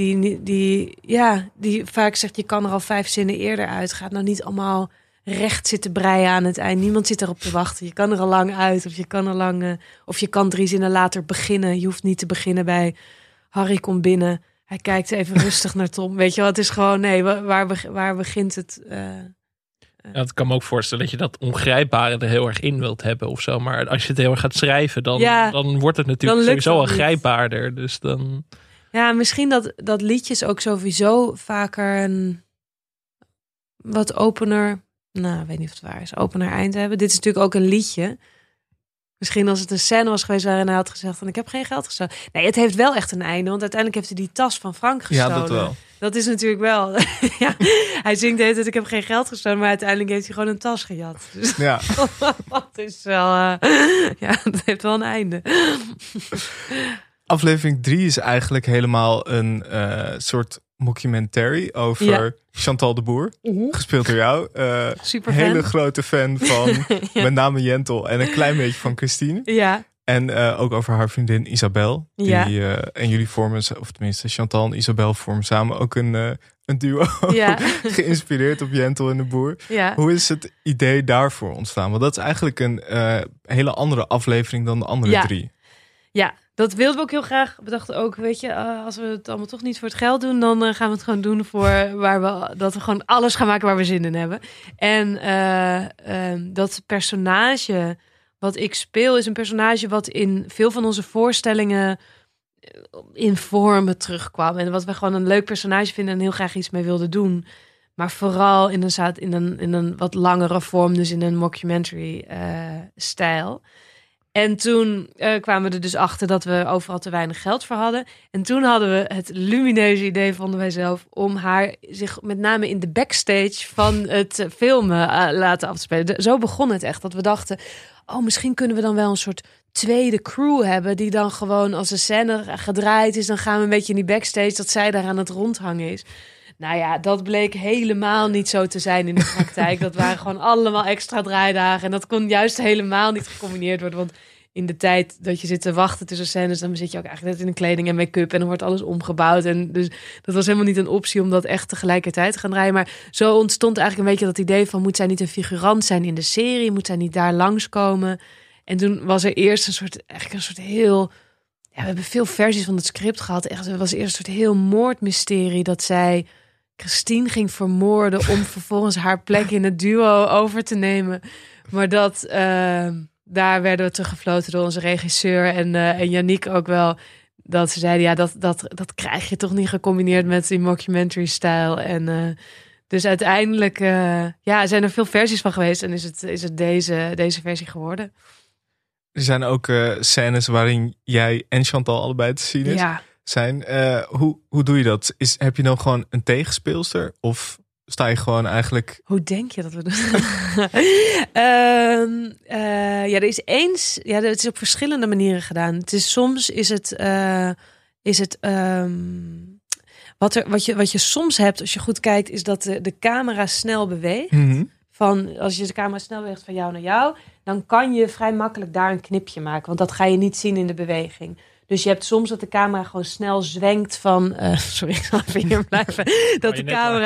die vaak zegt, je kan er al 5 zinnen eerder uit. Gaat nou niet allemaal recht zitten breien aan het eind. Niemand zit erop te wachten. Je kan er al lang uit. Of je kan 3 zinnen later beginnen. Je hoeft niet te beginnen bij Harry komt binnen. Hij kijkt even rustig naar Tom. Weet je wel, het is gewoon, nee, waar begint het? Het kan me ook voorstellen dat je dat ongrijpbare er heel erg in wilt hebben of zo. Maar als je het heel erg gaat schrijven, dan wordt het natuurlijk sowieso al grijpbaarder. Dus dan. Ja, misschien dat liedjes ook sowieso vaker een wat opener. Nou, ik weet niet of het waar is. Opener eind hebben. Dit is natuurlijk ook een liedje. Misschien als het een scène was geweest waarin hij had gezegd van ik heb geen geld gestolen. Nee, het heeft wel echt een einde. Want uiteindelijk heeft hij die tas van Frank gestolen. Ja, dat wel. Dat is natuurlijk wel. Hij zingt de hele tijd ik heb geen geld gestolen. Maar uiteindelijk heeft hij gewoon een tas gejat. Dus ja. Dat is wel. Dat heeft wel een einde. Aflevering 3 is eigenlijk helemaal een soort mockumentary over Chantal de Boer. Gespeeld door jou. Super hele grote fan van met name Jentel en een klein beetje van Christine. Ja. En ook over haar vriendin Isabel. En jullie vormen, of tenminste Chantal en Isabel vormen samen ook een duo. Ja. Geïnspireerd op Jentel en de Boer. Ja. Hoe is het idee daarvoor ontstaan? Want dat is eigenlijk een hele andere aflevering dan de andere 3. Ja, dat wilden we ook heel graag. We dachten ook, weet je, als we het allemaal toch niet voor het geld doen, dan gaan we het gewoon doen voor dat we gewoon alles gaan maken waar we zin in hebben. En dat personage wat ik speel is een personage wat in veel van onze voorstellingen in vormen terugkwam. En wat we gewoon een leuk personage vinden en heel graag iets mee wilden doen. Maar vooral in een wat langere vorm, dus in een mockumentary stijl. En toen kwamen we er dus achter dat we overal te weinig geld voor hadden. En toen hadden we het lumineuze idee, vonden wij zelf, om haar zich met name in de backstage van het filmen laten afspelen. Zo begon het echt, dat we dachten, misschien kunnen we dan wel een soort tweede crew hebben die dan gewoon als de scène gedraaid is, dan gaan we een beetje in die backstage, dat zij daar aan het rondhangen is. Nou ja, dat bleek helemaal niet zo te zijn in de praktijk. Dat waren gewoon allemaal extra draaidagen. En dat kon juist helemaal niet gecombineerd worden. Want in de tijd dat je zit te wachten tussen scènes, dan zit je ook eigenlijk net in de kleding en make-up. En dan wordt alles omgebouwd. En dus dat was helemaal niet een optie om dat echt tegelijkertijd te gaan draaien. Maar zo ontstond eigenlijk een beetje dat idee van, moet zij niet een figurant zijn in de serie? Moet zij niet daar langskomen? En toen was er eerst een soort heel... Ja, we hebben veel versies van het script gehad. Echt, er was eerst een soort heel moordmysterie dat zij Christine ging vermoorden om vervolgens haar plek in het duo over te nemen. Maar daar werden we teruggefloten door onze regisseur en Yannick ook wel. Dat ze zeiden, ja, dat krijg je toch niet gecombineerd met die mockumentary-stijl. En dus uiteindelijk zijn er veel versies van geweest en is het deze versie geworden. Er zijn ook scènes waarin jij en Chantal allebei te zien zijn. Hoe doe je dat? Heb je dan gewoon een tegenspeelster? Of sta je gewoon eigenlijk... Hoe denk je dat we doen? Er is eens... Ja, het is op verschillende manieren gedaan. Soms is het... Wat je soms hebt, als je goed kijkt, is dat de camera snel beweegt. Mm-hmm. Als je de camera snel beweegt van jou naar jou, dan kan je vrij makkelijk daar een knipje maken. Want dat ga je niet zien in de beweging. Dus je hebt soms dat de camera gewoon snel zwenkt van... sorry, ik zal even hier blijven. Dat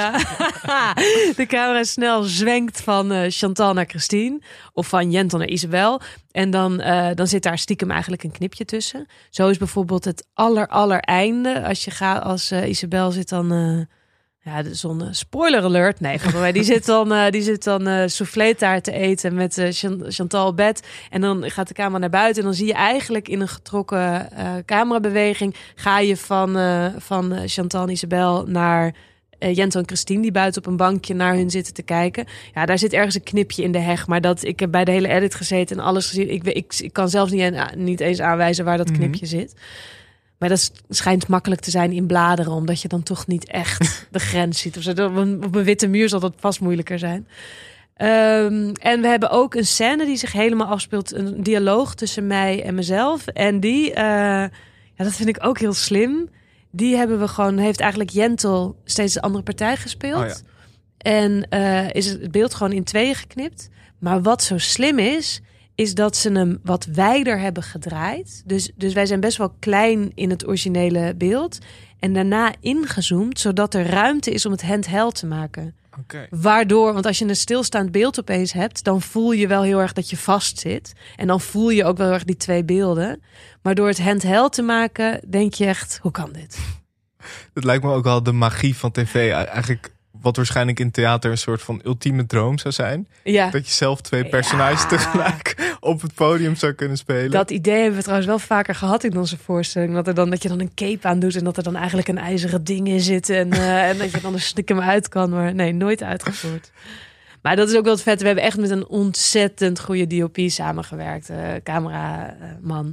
de camera snel zwenkt van Chantal naar Christine. Of van Jentel naar Isabel. En dan zit daar stiekem eigenlijk een knipje tussen. Zo is bijvoorbeeld het allereinde. Als Isabel zit dan... zo'n spoiler alert. Nee, die zit dan soufflé-taart te eten met Chantal op bed. En dan gaat de camera naar buiten. En dan zie je eigenlijk in een getrokken camerabeweging... ga je van Chantal en Isabel naar Jentel en Christine... die buiten op een bankje naar hun zitten te kijken. Ja, daar zit ergens een knipje in de heg. Maar ik heb bij de hele edit gezeten en alles gezien. Ik kan zelfs niet eens aanwijzen waar dat knipje zit. Maar dat schijnt makkelijk te zijn in bladeren, omdat je dan toch niet echt de grens ziet. Of zo. Op een witte muur zal dat vast moeilijker zijn. En we hebben ook een scène die zich helemaal afspeelt. Een dialoog tussen mij en mezelf. En die, dat vind ik ook heel slim. Die heeft eigenlijk Jentel steeds een andere partij gespeeld. Oh ja. En is het beeld gewoon in tweeën geknipt. Maar wat zo slim is dat ze hem wat wijder hebben gedraaid. Dus wij zijn best wel klein in het originele beeld. En daarna ingezoomd, zodat er ruimte is om het handheld te maken. Okay. Waardoor, want als je een stilstaand beeld opeens hebt, dan voel je wel heel erg dat je vast zit. En dan voel je ook wel heel erg die twee beelden. Maar door het handheld te maken, denk je echt, hoe kan dit? Dat lijkt me ook wel de magie van tv. Eigenlijk wat waarschijnlijk in theater een soort van ultieme droom zou zijn. Ja. Dat je zelf twee personages tegelijk op het podium zou kunnen spelen. Dat idee hebben we trouwens wel vaker gehad in onze voorstelling. Dat je dan een cape aan doet en dat er dan eigenlijk een ijzeren ding in zit. En dat je dan er stiekem uit kan. Maar nee, nooit uitgevoerd. Maar dat is ook wel het vet. We hebben echt met een ontzettend goede DOP samengewerkt. Cameraman.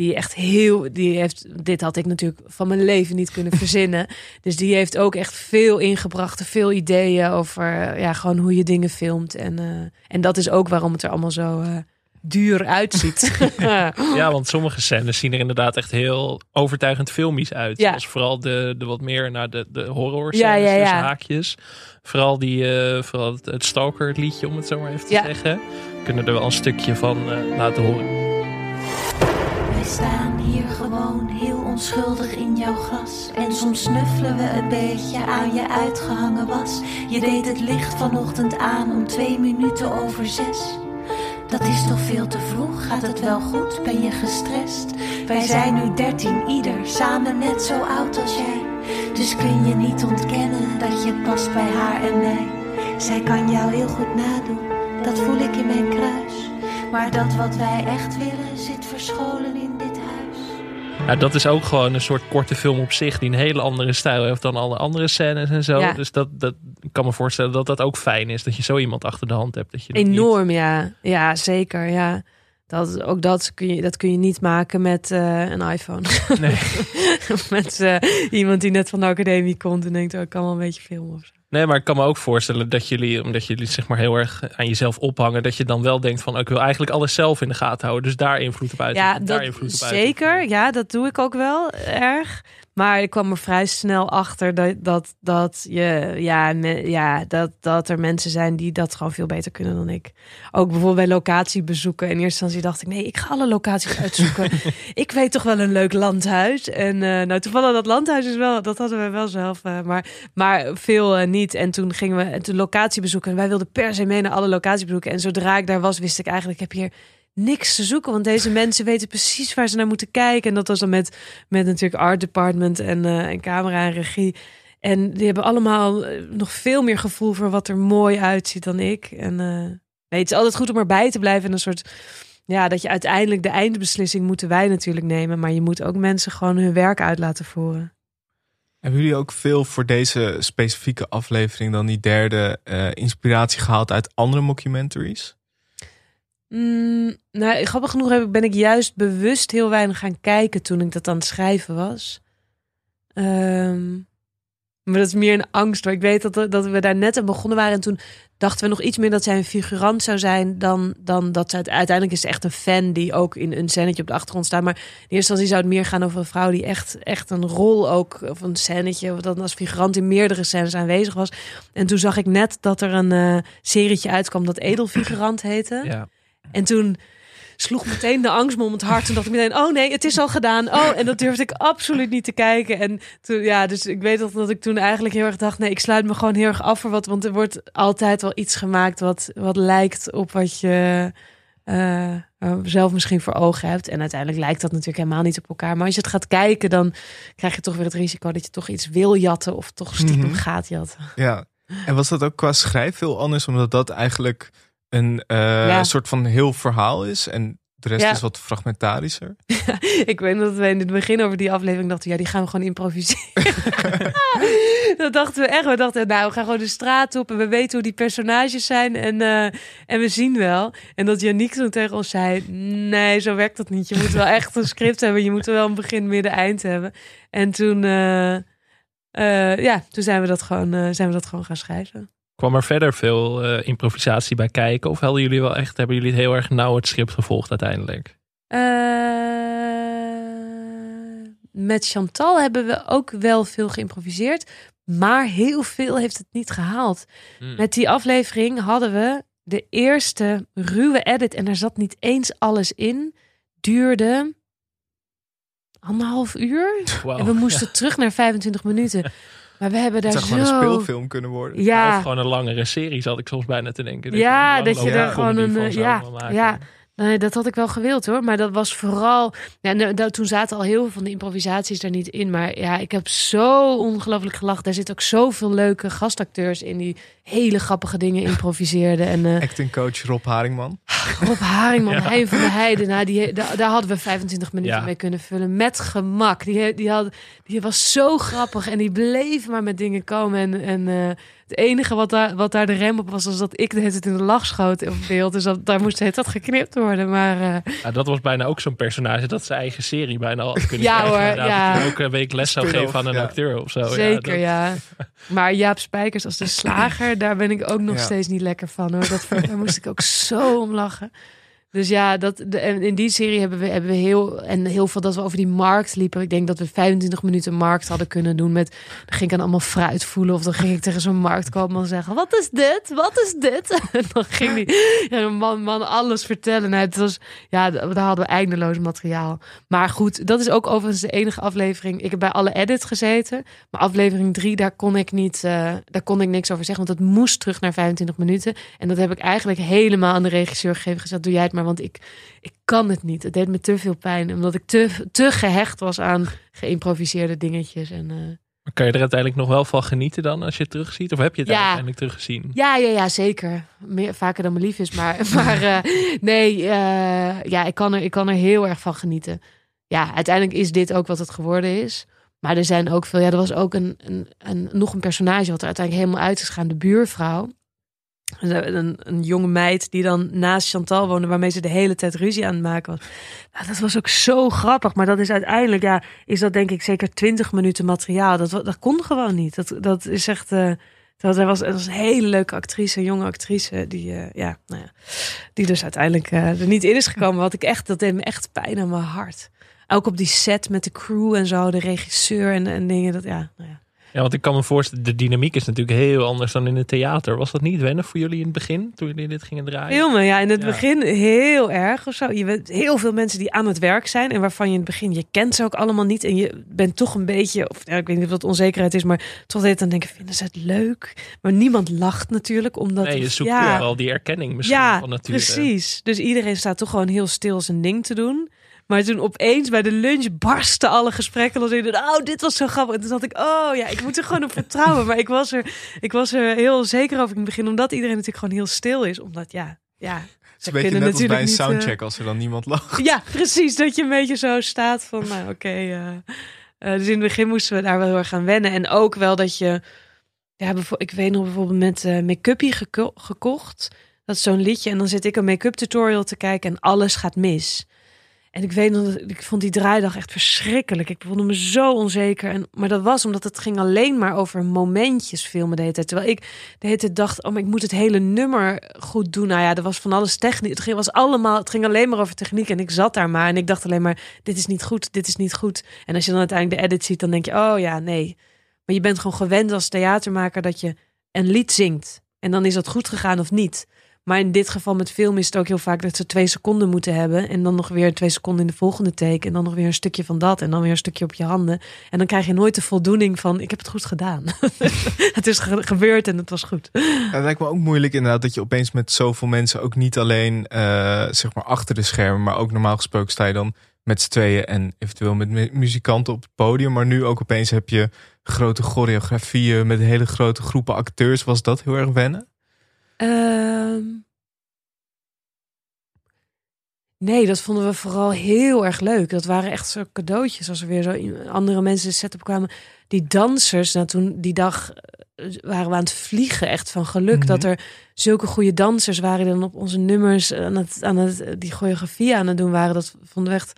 Dit had ik natuurlijk van mijn leven niet kunnen verzinnen. Dus die heeft ook echt veel ingebracht. Veel ideeën over gewoon hoe je dingen filmt. En dat is ook waarom het er allemaal zo duur uitziet. Ja, want sommige scènes zien er inderdaad echt heel overtuigend filmisch uit. Ja. Zoals vooral de wat meer naar de horror scènes tussen haakjes. Vooral het Stalker liedje, om het zo maar even te zeggen. We kunnen er wel een stukje van laten horen. Wij staan hier gewoon heel onschuldig in jouw gras. En soms snuffelen we een beetje aan je uitgehangen was. Je deed het licht vanochtend aan om 6:02. Dat is toch veel te vroeg? Gaat het wel goed? Ben je gestrest? Wij zijn nu 13 ieder, samen net zo oud als jij. Dus kun je niet ontkennen dat je past bij haar en mij. Zij kan jou heel goed nadoen, dat voel ik in mijn kruis. Maar dat wat wij echt willen zit verscholen in dit huis. Ja, dat is ook gewoon een soort korte film op zich die een hele andere stijl heeft dan alle andere scènes en zo. Ja. Dus dat ik kan me voorstellen dat dat ook fijn is, dat je zo iemand achter de hand hebt. Dat je dat enorm, niet... ja, zeker, ja. Dat kun je niet maken met een iPhone. Nee. Met iemand die net van de academie komt en denkt, ik kan wel een beetje filmen of zo. Nee, maar ik kan me ook voorstellen dat jullie, omdat jullie zeg maar heel erg aan jezelf ophangen, dat je dan wel denkt van, ik wil eigenlijk alles zelf in de gaten houden. Dus daar invloed op uit. Ja, zeker. Ja, dat doe ik ook wel erg. Maar ik kwam er vrij snel achter dat er mensen zijn die dat gewoon veel beter kunnen dan ik. Ook bijvoorbeeld bij locatiebezoeken. In eerste instantie dacht ik, nee, ik ga alle locaties uitzoeken. Ik weet toch wel een leuk landhuis. En toevallig dat landhuis is wel, dat hadden we wel zelf. Maar veel niet. En toen gingen we toen locatiebezoeken. En wij wilden per se mee naar alle locatiebezoeken. En zodra ik daar was, wist ik eigenlijk, ik heb hier niks te zoeken, want deze mensen weten precies waar ze naar moeten kijken. En dat was dan met natuurlijk art department en camera en regie. En die hebben allemaal nog veel meer gevoel voor wat er mooi uitziet dan ik. En het is altijd goed om erbij te blijven. En een soort, dat je uiteindelijk de eindbeslissing moeten wij natuurlijk nemen. Maar je moet ook mensen gewoon hun werk uit laten voeren. Hebben jullie ook veel voor deze specifieke aflevering dan die derde inspiratie gehaald uit andere mockumentaries? Grappig genoeg ben ik juist bewust heel weinig gaan kijken toen ik dat aan het schrijven was. Maar dat is meer een angst. Maar ik weet dat we daar net aan begonnen waren. En toen dachten we nog iets meer dat zij een figurant zou zijn dan dat ze uiteindelijk is ze echt een fan die ook in een scènetje op de achtergrond staat. Maar in eerste instantie zou het meer gaan over een vrouw die echt een rol ook, of een scènetje, of dat als figurant in meerdere scènes aanwezig was. En toen zag ik net dat er een serietje uitkwam dat Edelfigurant heette. Ja. En toen sloeg meteen de angst me om het hart. Toen dacht ik meteen, oh nee, het is al gedaan. Oh, en dat durfde ik absoluut niet te kijken. En toen, dus ik weet dat ik toen eigenlijk heel erg dacht, nee, ik sluit me gewoon heel erg af voor wat. Want er wordt altijd wel iets gemaakt wat lijkt op wat je zelf misschien voor ogen hebt. En uiteindelijk lijkt dat natuurlijk helemaal niet op elkaar. Maar als je het gaat kijken, dan krijg je toch weer het risico dat je toch iets wil jatten of toch stiekem gaat jatten. Ja, en was dat ook qua schrijf veel anders? Omdat dat eigenlijk een soort van heel verhaal is en de rest is wat fragmentarischer. Ja, ik weet dat we in het begin over die aflevering dachten, die gaan we gewoon improviseren. Dat dachten we echt. We dachten, we gaan gewoon de straat op en we weten hoe die personages zijn en we zien wel. En dat Yannick toen tegen ons zei, nee, zo werkt dat niet. Je moet wel echt een script hebben. Je moet wel een begin, midden, eind hebben. En toen, toen zijn we dat gewoon gaan schrijven. Kwam er verder veel improvisatie bij kijken? Of hebben jullie het heel erg nauw het script gevolgd uiteindelijk? Met Chantal hebben we ook wel veel geïmproviseerd. Maar heel veel heeft het niet gehaald. Met die aflevering hadden we de eerste ruwe edit. En daar zat niet eens alles in. Duurde 1,5 uur. Wow. En we moesten terug naar 25 minuten. Maar we hebben daar het zou gewoon een speelfilm kunnen worden. Ja. Of gewoon een langere serie, zat ik soms bijna te denken. Dat je er gewoon een... Nee, dat had ik wel gewild hoor. Maar dat was vooral... toen zaten al heel veel van de improvisaties er niet in. Maar ik heb zo ongelooflijk gelachen. Daar zitten ook zoveel leuke gastacteurs in die hele grappige dingen improviseerden. En, acting coach Rob Haringman. Rob Haringman, Hein van der Heijden. Daar hadden we 25 minuten mee kunnen vullen. Met gemak. Die was zo grappig. En die bleef maar met dingen komen. En het enige wat daar de rem op was dat ik de hele tijd in de lach schoot op beeld. Dus daar moest het dat geknipt worden. Maar dat was bijna ook zo'n personage dat zijn eigen serie bijna al had kunnen krijgen. Hoor, ja. Dat je ook een week les zou geven aan een acteur of zo. Zeker, ja. Maar Jaap Spijkers als de slager, daar ben ik ook nog steeds niet lekker van hoor. Daar moest ik ook zo om lachen. Dus in die serie hebben we heel veel dat we over die markt liepen. Ik denk dat we 25 minuten markt hadden kunnen doen met... Dan ging ik aan allemaal fruit voelen of dan ging ik tegen zo'n marktkoopman zeggen... Wat is dit? Wat is dit? En dan ging die man alles vertellen. Nou, het was, daar hadden we eindeloos materiaal. Maar goed, dat is ook overigens de enige aflevering. Ik heb bij alle edits gezeten. Maar aflevering 3, daar kon ik niks over zeggen. Want het moest terug naar 25 minuten. En dat heb ik eigenlijk helemaal aan de regisseur gegeven. Gezegd, doe jij het maar. Want ik kan het niet. Het deed me te veel pijn. Omdat ik te gehecht was aan geïmproviseerde dingetjes. Maar kan je er uiteindelijk nog wel van genieten dan als je het terugziet? Of heb je het uiteindelijk teruggezien? Ja, zeker. Vaker dan me lief is. Maar nee, ik kan er heel erg van genieten. uiteindelijk is dit ook wat het geworden is. Maar er zijn ook veel... Ja, er was ook nog een personage wat er uiteindelijk helemaal uit is gegaan. De buurvrouw. Een jonge meid die dan naast Chantal woonde, waarmee ze de hele tijd ruzie aan het maken was. Nou, dat was ook zo grappig. Maar dat is uiteindelijk, is dat denk ik zeker 20 minuten materiaal. Dat kon gewoon niet. Dat is echt... Dat was een hele leuke actrice, een jonge actrice, die dus uiteindelijk er niet in is gekomen. Dat deed me echt pijn aan mijn hart. Ook op die set met de crew en zo, de regisseur en dingen. Ja, want ik kan me voorstellen, de dynamiek is natuurlijk heel anders dan in het theater. Was dat niet wennen voor jullie in het begin, toen jullie dit gingen draaien? Heel me, in het begin heel erg of zo. Je bent heel veel mensen die aan het werk zijn en waarvan je in het begin, je kent ze ook allemaal niet. En je bent toch een beetje, ik weet niet of dat onzekerheid is, maar toch dan denk ik, vinden ze het leuk? Maar niemand lacht natuurlijk, omdat... Nee, je zoekt wel die erkenning misschien van nature. Precies. Dus iedereen staat toch gewoon heel stil zijn ding te doen. Maar toen opeens bij de lunch barsten alle gesprekken los. En dit was zo grappig. En toen dacht ik, ik moet er gewoon op vertrouwen. Maar ik was er heel zeker over in het begin. Omdat iedereen natuurlijk gewoon heel stil is. Omdat, het is een beetje net als bij een soundcheck als er dan niemand lacht. Ja, precies. Dat je een beetje zo staat van, dus in het begin moesten we daar wel heel erg aan wennen. En ook wel dat je... Ja, ik weet nog bijvoorbeeld met Make-upie gekocht. Dat is zo'n liedje. En dan zit ik een make-up tutorial te kijken en alles gaat mis. En ik weet nog, ik vond die draaidag echt verschrikkelijk. Ik voelde me zo onzeker. Maar dat was omdat het ging alleen maar over momentjes filmen de hele tijd. Terwijl ik de hele tijd dacht, maar ik moet het hele nummer goed doen. Nou ja, er was van alles techniek. Het ging alleen maar over techniek. En ik zat daar maar en ik dacht alleen maar, dit is niet goed, dit is niet goed. En als je dan uiteindelijk de edit ziet, dan denk je, nee. Maar je bent gewoon gewend als theatermaker dat je een lied zingt. En dan is dat goed gegaan of niet. Maar in dit geval met film is het ook heel vaak dat ze 2 seconden moeten hebben. En dan nog weer 2 seconden in de volgende take. En dan nog weer een stukje van dat. En dan weer een stukje op je handen. En dan krijg je nooit de voldoening van, ik heb het goed gedaan. Het is gebeurd en het was goed. Ja, het lijkt me ook moeilijk inderdaad dat je opeens met zoveel mensen ook niet alleen achter de schermen. Maar ook normaal gesproken sta je dan met z'n tweeën en eventueel met muzikanten op het podium. Maar nu ook opeens heb je grote choreografieën met hele grote groepen acteurs. Was dat heel erg wennen? Nee, dat vonden we vooral heel erg leuk. Dat waren echt zo cadeautjes als er weer zo andere mensen de set op kwamen. Die dansers, toen die dag waren we aan het vliegen echt van geluk. Dat er zulke goede dansers waren die dan op onze nummers die choreografie aan het doen waren. Dat vonden we echt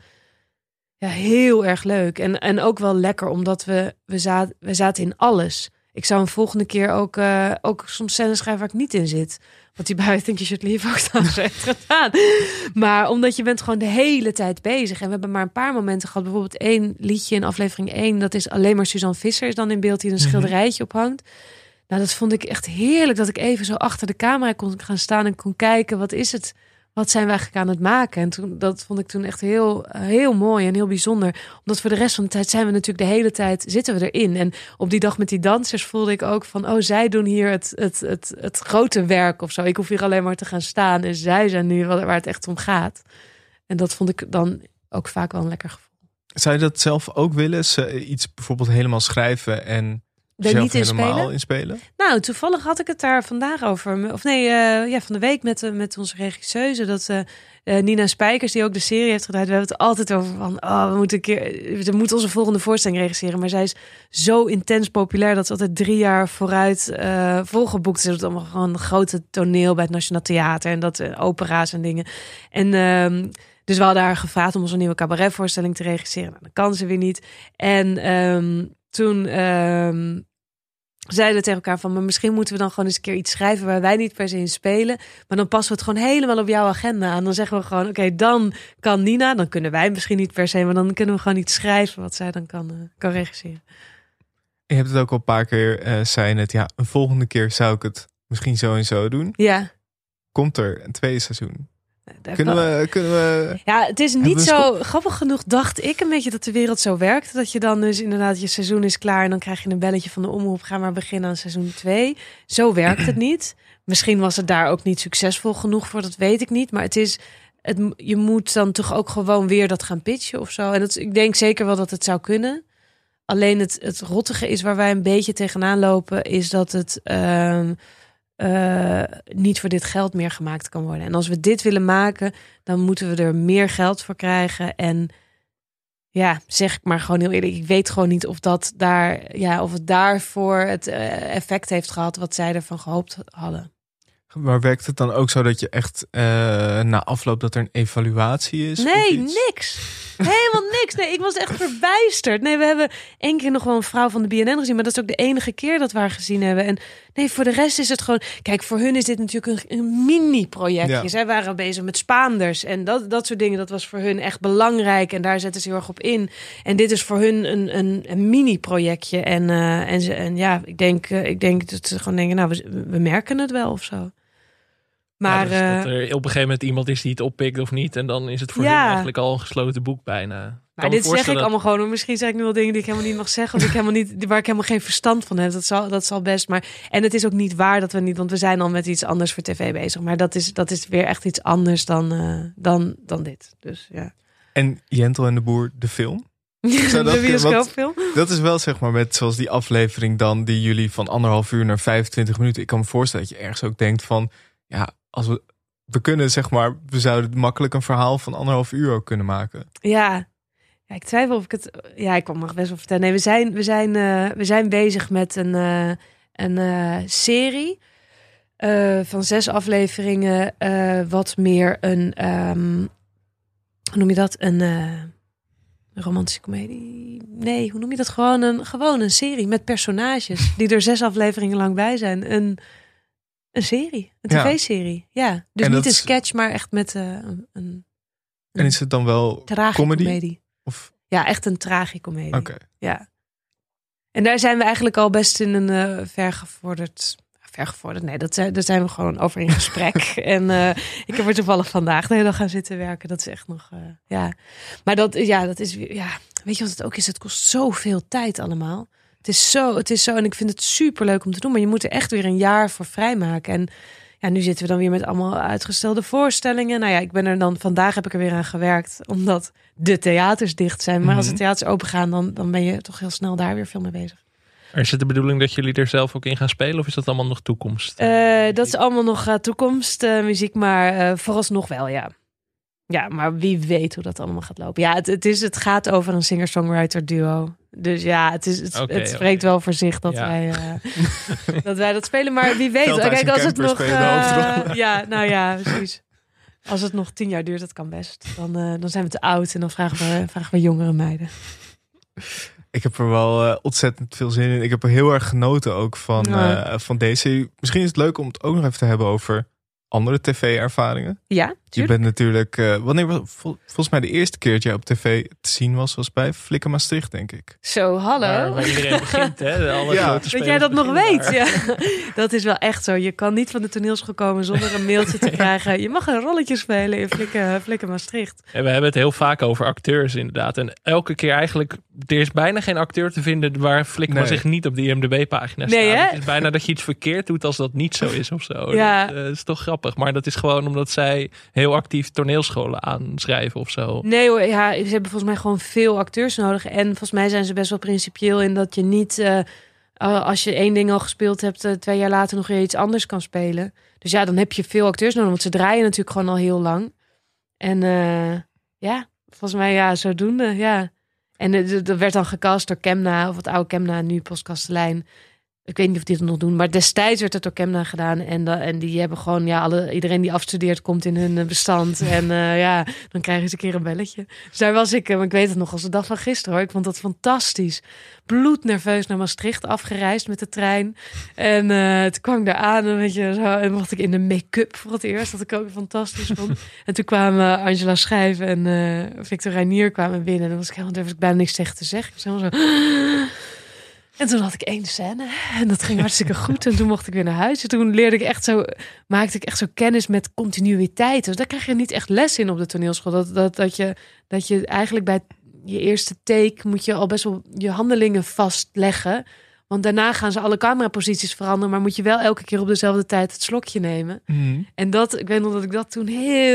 heel erg leuk. En ook wel lekker, omdat we zaten in alles. Ik zou een volgende keer ook soms scènes schrijven waar ik niet in zit. Want die bij I Think You Should Leave ook trouwens heeft gedaan. Maar omdat je bent gewoon de hele tijd bezig. En we hebben maar een paar momenten gehad. Bijvoorbeeld 1 liedje in aflevering 1. Dat is alleen maar Suzanne Visser is dan in beeld die een schilderijtje ophangt. Nou, dat vond ik echt heerlijk. Dat ik even zo achter de camera kon gaan staan en kon kijken. Wat is het? Wat zijn we eigenlijk aan het maken? En dat vond ik toen echt heel, heel mooi en heel bijzonder. Omdat voor de rest van de tijd zijn we natuurlijk de hele tijd zitten we erin. En op die dag met die dansers voelde ik ook van, zij doen hier het grote werk of zo. Ik hoef hier alleen maar te gaan staan en zij zijn nu waar het echt om gaat. En dat vond ik dan ook vaak wel een lekker gevoel. Zou je dat zelf ook willen? Iets bijvoorbeeld helemaal schrijven en er niet in spelen? Nou, toevallig had ik het daar vandaag over. Of van de week met onze regisseuse. Dat Nina Spijkers, die ook de serie heeft gedaan. We hebben het altijd over van, we moeten onze volgende voorstelling regisseren. Maar zij is zo intens populair dat ze altijd 3 jaar vooruit volgeboekt. Ze doet allemaal gewoon een grote toneel bij het Nationaal Theater. En dat opera's en dingen. En dus we hadden haar gevraagd om onze nieuwe cabaretvoorstelling te regisseren. Nou, dat kan ze weer niet. En toen zeiden we tegen elkaar van, maar misschien moeten we dan gewoon eens een keer iets schrijven waar wij niet per se in spelen. Maar dan passen we het gewoon helemaal op jouw agenda aan. Dan zeggen we gewoon, oké, dan kan Nina, dan kunnen wij misschien niet per se, maar dan kunnen we gewoon iets schrijven wat zij dan kan regisseren. Je hebt het ook al een paar keer, zei net, een volgende keer zou ik het misschien zo en zo doen. Ja. Komt er een 2e seizoen? Kunnen we... Ja, het is niet zo... Grappig genoeg dacht ik een beetje dat de wereld zo werkt. Dat je dan dus inderdaad, je seizoen is klaar en dan krijg je een belletje van de omroep. Ga maar beginnen aan seizoen 2. Zo werkt het niet. Misschien was het daar ook niet succesvol genoeg voor, dat weet ik niet. Maar je moet dan toch ook gewoon weer dat gaan pitchen of zo. En ik denk zeker wel dat het zou kunnen. Alleen het rottige is waar wij een beetje tegenaan lopen, is dat het niet voor dit geld meer gemaakt kan worden. En als we dit willen maken, dan moeten we er meer geld voor krijgen. En Ja, zeg ik maar gewoon heel eerlijk. Ik weet gewoon niet of of het daarvoor het effect heeft gehad wat zij ervan gehoopt hadden. Maar werkt het dan ook zo dat je echt na afloop dat er een evaluatie is? Nee, niks. Helemaal niks. Nee, ik was echt verbijsterd. Nee, we hebben 1 keer nog wel een vrouw van de BNN gezien, maar dat is ook de enige keer dat we haar gezien hebben. En nee, voor de rest is het gewoon... Kijk, voor hun is dit natuurlijk een mini-projectje. Ja. Zij waren bezig met Spaanders en dat soort dingen. Dat was voor hun echt belangrijk en daar zetten ze heel erg op in. En dit is voor hun een mini-projectje. En ja, ik denk dat ze gewoon denken, nou, we merken het wel of zo. Maar dus dat er op een gegeven moment iemand is die het oppikt of niet. En dan is het voor hen eigenlijk al een gesloten boek bijna. Maar dit zeg ik allemaal gewoon. Misschien zeg ik nu wel dingen die ik helemaal niet mag zeggen. Of waar ik helemaal geen verstand van heb. Dat zal best. Maar, en het is ook niet waar dat we niet... Want we zijn al met iets anders voor tv bezig. Maar dat is weer echt iets anders dan dit. Dus ja. En Jentel en de Boer, de film? De bioscoopfilm? Dat is wel zeg maar met zoals die aflevering dan... die jullie van 1,5 uur naar 25 minuten... Ik kan me voorstellen dat je ergens ook denkt van... Ja, als we kunnen zeg maar... We zouden makkelijk een verhaal van 1,5 uur ook kunnen maken. Ja, ik twijfel of ik het... Ja, ik kan nog best wel vertellen. Nee, we zijn bezig met een serie van 6 afleveringen. Wat meer een... hoe noem je dat? Een romantische komedie? Nee, hoe noem je dat? Gewoon een serie met personages die er 6 afleveringen lang bij zijn. Een serie, een tv-serie. Ja, dus niet een sketch, maar echt met een en is het dan wel comedy? Of? Ja, echt een tragicomedie. Okay. Ja. En daar zijn we eigenlijk al best in een vergevorderd. Nee, daar zijn we gewoon over in gesprek. En ik heb er toevallig vandaag de hele dag gaan zitten werken. Dat is echt nog, ja. Maar dat is weer, ja. Weet je wat het ook is? Het kost zoveel tijd allemaal. Het is zo, en ik vind het super leuk om te doen. Maar je moet er echt weer een jaar voor vrijmaken. En ja, nu zitten we dan weer met allemaal uitgestelde voorstellingen. Nou ja, vandaag heb ik er weer aan gewerkt. Omdat de theaters dicht zijn. Maar als de theaters open gaan, dan ben je toch heel snel daar weer veel mee bezig. Is het de bedoeling dat jullie er zelf ook in gaan spelen? Of is dat allemaal nog toekomst? Dat is allemaal nog toekomst muziek. Maar vooralsnog wel, ja. Ja, maar wie weet hoe dat allemaal gaat lopen. Ja, het gaat over een singer-songwriter duo. Dus ja, het spreekt wel voor zich dat wij dat spelen. Maar wie weet. Kijk, als het nog... precies. Als het nog 10 jaar duurt, dat kan best. Dan zijn we te oud en dan vragen we jongere meiden. Ik heb er wel ontzettend veel zin in. Ik heb er heel erg genoten ook van deze. Misschien is het leuk om het ook nog even te hebben over andere tv-ervaringen. Ja, tuurlijk. Je bent natuurlijk... volgens mij de eerste keer dat jij op tv te zien was bij Flikker Maastricht, denk ik. Zo, hallo. Waar iedereen begint, hè? Dat jij dat nog weet. Ja. Dat is wel echt zo. Je kan niet van de toneelschool komen zonder een mailtje te krijgen. Je mag een rolletje spelen in Flikker Maastricht. En we hebben het heel vaak over acteurs inderdaad. En elke keer eigenlijk... Er is bijna geen acteur te vinden waar Flikker Maastricht niet op de IMDb-pagina staat. Hè? Het is bijna dat je iets verkeerd doet als dat niet zo is of zo. Ja. Dat is toch grappig. Maar dat is gewoon omdat zij heel actief toneelscholen aanschrijven of zo. Nee hoor, ja, ze hebben volgens mij gewoon veel acteurs nodig. En volgens mij zijn ze best wel principieel in dat je niet... als je 1 ding al gespeeld hebt, 2 jaar later nog weer iets anders kan spelen. Dus ja, dan heb je veel acteurs nodig. Want ze draaien natuurlijk gewoon al heel lang. En volgens mij zodoende, ja. En dat werd dan gecast door Kemna, of het oude Kemna, nu Postkastelein. Ik weet niet of die het nog doen, maar destijds werd het door Kemna gedaan. En die hebben gewoon, iedereen die afstudeert komt in hun bestand. En dan krijgen ze een keer een belletje. Dus daar was ik, ik weet het nog als de dag van gisteren hoor. Ik vond dat fantastisch. Bloednerveus naar Maastricht afgereisd met de trein. En toen kwam ik daar aan en mocht ik in de make-up voor het eerst. Dat ik ook fantastisch vond. En toen kwamen Angela Schijf en Victor Reinier kwamen binnen. En dan was ik helemaal, durfde ik bijna niks tegen te zeggen. Ik was helemaal zo... En toen had ik 1 scène en dat ging hartstikke goed. En toen mocht ik weer naar huis. En toen maakte ik echt zo kennis met continuïteit. Dus daar krijg je niet echt les in op de toneelschool. Dat je eigenlijk bij je eerste take moet je al best wel je handelingen vastleggen. Want daarna gaan ze alle cameraposities veranderen. Maar moet je wel elke keer op dezelfde tijd het slokje nemen. Mm. En ik weet nog dat ik dat toen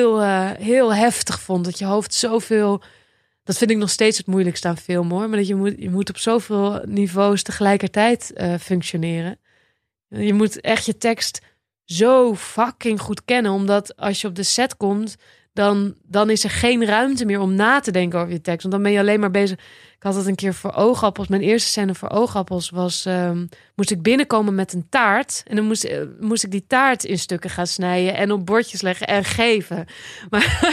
heel heftig vond. Dat je hoofd zoveel... Dat vind ik nog steeds het moeilijkste aan film hoor. Maar dat je moet op zoveel niveaus tegelijkertijd functioneren. Je moet echt je tekst zo fucking goed kennen. Omdat als je op de set komt, dan is er geen ruimte meer om na te denken over je tekst. Want dan ben je alleen maar bezig. Ik had het een keer voor oogappels. Mijn eerste scène voor oogappels was... moest ik binnenkomen met een taart. En dan moest ik die taart in stukken gaan snijden... en op bordjes leggen en geven. Maar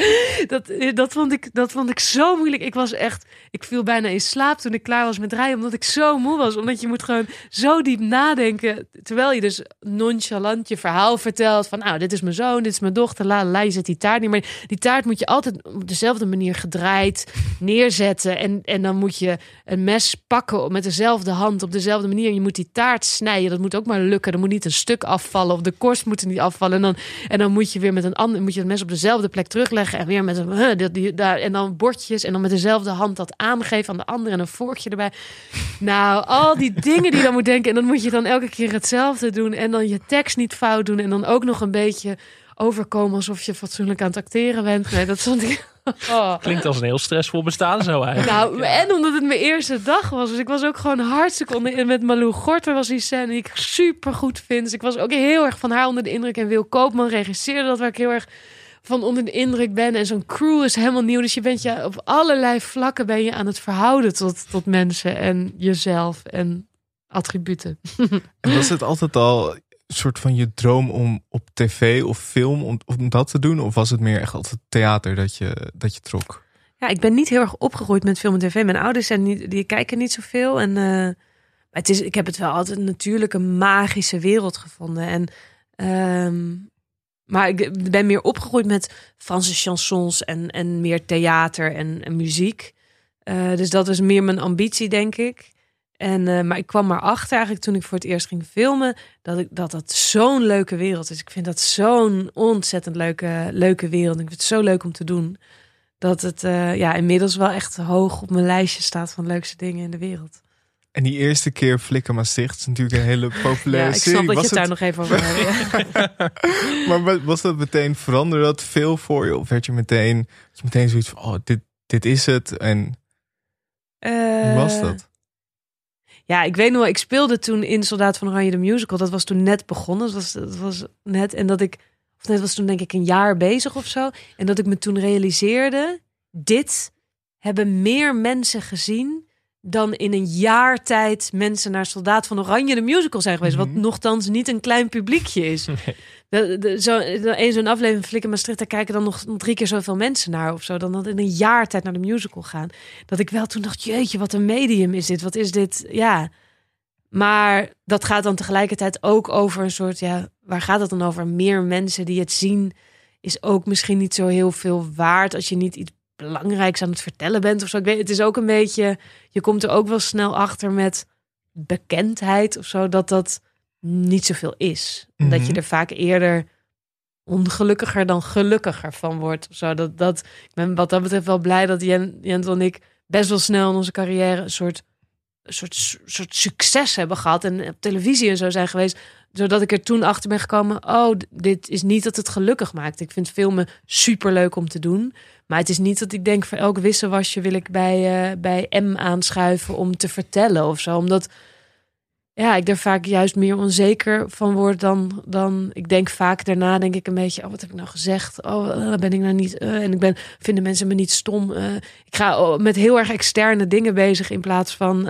dat vond ik zo moeilijk. Ik viel bijna in slaap toen ik klaar was met rijden... omdat ik zo moe was. Omdat je moet gewoon zo diep nadenken... terwijl je dus nonchalant je verhaal vertelt... van nou, dit is mijn zoon, dit is mijn dochter... la, je zet die taart niet meer. Die taart moet je altijd op dezelfde manier gedraaid neerzetten... En dan moet je een mes pakken met dezelfde hand op dezelfde manier. Je moet die taart snijden. Dat moet ook maar lukken. Er moet niet een stuk afvallen of de korst moet er niet afvallen. En dan moet je weer met een ander, moet je het mes op dezelfde plek terugleggen en weer met en dan bordjes en dan met dezelfde hand dat aangeven aan de andere en een vorkje erbij. Nou, al die dingen die je dan moet denken en dan moet je dan elke keer hetzelfde doen en dan je tekst niet fout doen en dan ook nog een beetje overkomen alsof je fatsoenlijk aan het acteren bent. Nee, dat stond ik. Oh. Klinkt als een heel stressvol bestaan zo eigenlijk. Nou, en omdat het mijn eerste dag was. Dus ik was ook gewoon hartstikke onder... En met Malou Gorter was die scène die ik super goed vind. Dus ik was ook heel erg van haar onder de indruk. En Wil Koopman regisseerde dat waar ik heel erg van onder de indruk ben. En zo'n crew is helemaal nieuw. Dus je bent op allerlei vlakken ben je aan het verhouden tot mensen. En jezelf en attributen. En was het altijd al... een soort van je droom om op tv of film om dat te doen? Of was het meer echt altijd theater dat je trok? Ja, ik ben niet heel erg opgegroeid met film en tv. Mijn ouders die kijken niet zoveel. En ik heb het wel altijd natuurlijk een magische wereld gevonden. Maar ik ben meer opgegroeid met Franse chansons en meer theater en muziek. Dus dat was meer mijn ambitie, denk ik. Maar ik kwam maar achter eigenlijk toen ik voor het eerst ging filmen... dat zo'n leuke wereld is. Ik vind dat zo'n ontzettend leuke wereld. Ik vind het zo leuk om te doen. Dat het inmiddels wel echt hoog op mijn lijstje staat... van de leukste dingen in de wereld. En die eerste keer Flikker Maastricht is natuurlijk een hele populaire serie. Ja, ik snap dat je het daar nog even over hebt. Maar was dat meteen, veranderde dat veel voor je? Of werd je meteen zoiets van, dit is het? En hoe was dat? Ja, ik weet nog wel, ik speelde toen in Soldaat van Oranje de musical. Dat was toen net begonnen. Dat was net. En dat was toen denk ik een jaar bezig of zo. En dat ik me toen realiseerde, dit hebben meer mensen gezien dan in een jaar tijd mensen naar Soldaat van Oranje de musical zijn geweest. Wat nochtans niet een klein publiekje is. Zo'n aflevering van Flikker Maastricht, daar kijken dan nog 3 keer zoveel mensen naar of zo. Dan dat in een jaar tijd naar de musical gaan. Dat ik wel toen dacht, jeetje, wat een medium is dit. Wat is dit? Ja. Maar dat gaat dan tegelijkertijd ook over een soort, waar gaat het dan over? Meer mensen die het zien is ook misschien niet zo heel veel waard als je niet iets belangrijks aan het vertellen bent of zo. Ik weet, het is ook een beetje, je komt er ook wel snel achter met bekendheid of zo, dat niet zoveel is. Mm-hmm. Dat je er vaak eerder ongelukkiger dan gelukkiger van wordt. Of zo. Ik ben wat dat betreft wel blij dat Jentel en ik best wel snel in onze carrière een soort succes hebben gehad en op televisie en zo zijn geweest, zodat ik er toen achter ben gekomen, dit is niet dat het gelukkig maakt. Ik vind filmen superleuk om te doen, maar het is niet dat ik denk, voor elk wisselwasje wil ik bij M aanschuiven om te vertellen of zo, omdat ik er vaak juist meer onzeker van word dan ik denk vaak daarna, denk ik een beetje, wat heb ik nou gezegd? Ben ik nou niet? En vinden mensen me niet stom? Ik ga met heel erg externe dingen bezig in plaats van,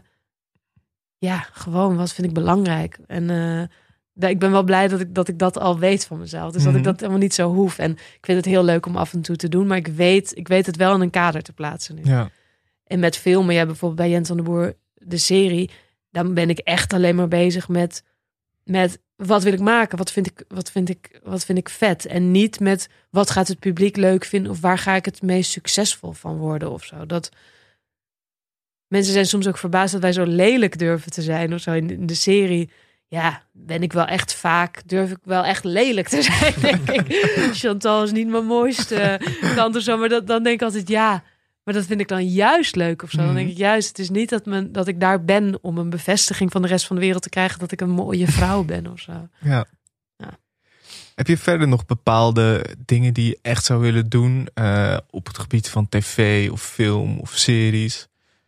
gewoon, wat vind ik belangrijk? En ik ben wel blij dat ik dat al weet van mezelf. Dus dat ik dat helemaal niet zo hoef. En ik vind het heel leuk om af en toe te doen, maar ik weet het wel in een kader te plaatsen nu. Ja. En met filmen, bijvoorbeeld bij Jens van de Boer, de serie, dan ben ik echt alleen maar bezig met wat wil ik maken? Wat vind ik vet? En niet met wat gaat het publiek leuk vinden of waar ga ik het meest succesvol van worden of zo. Dat mensen zijn soms ook verbaasd dat wij zo lelijk durven te zijn of zo in de serie. Ja, ben ik wel echt vaak, durf ik wel echt lelijk te zijn, denk ik. Chantal is niet mijn mooiste kant of zo, maar dan denk ik altijd, maar dat vind ik dan juist leuk of zo. Dan denk ik juist, het is niet dat ik daar ben om een bevestiging van de rest van de wereld te krijgen dat ik een mooie vrouw ben of zo. Ja. Heb je verder nog bepaalde dingen die je echt zou willen doen op het gebied van tv of film of series?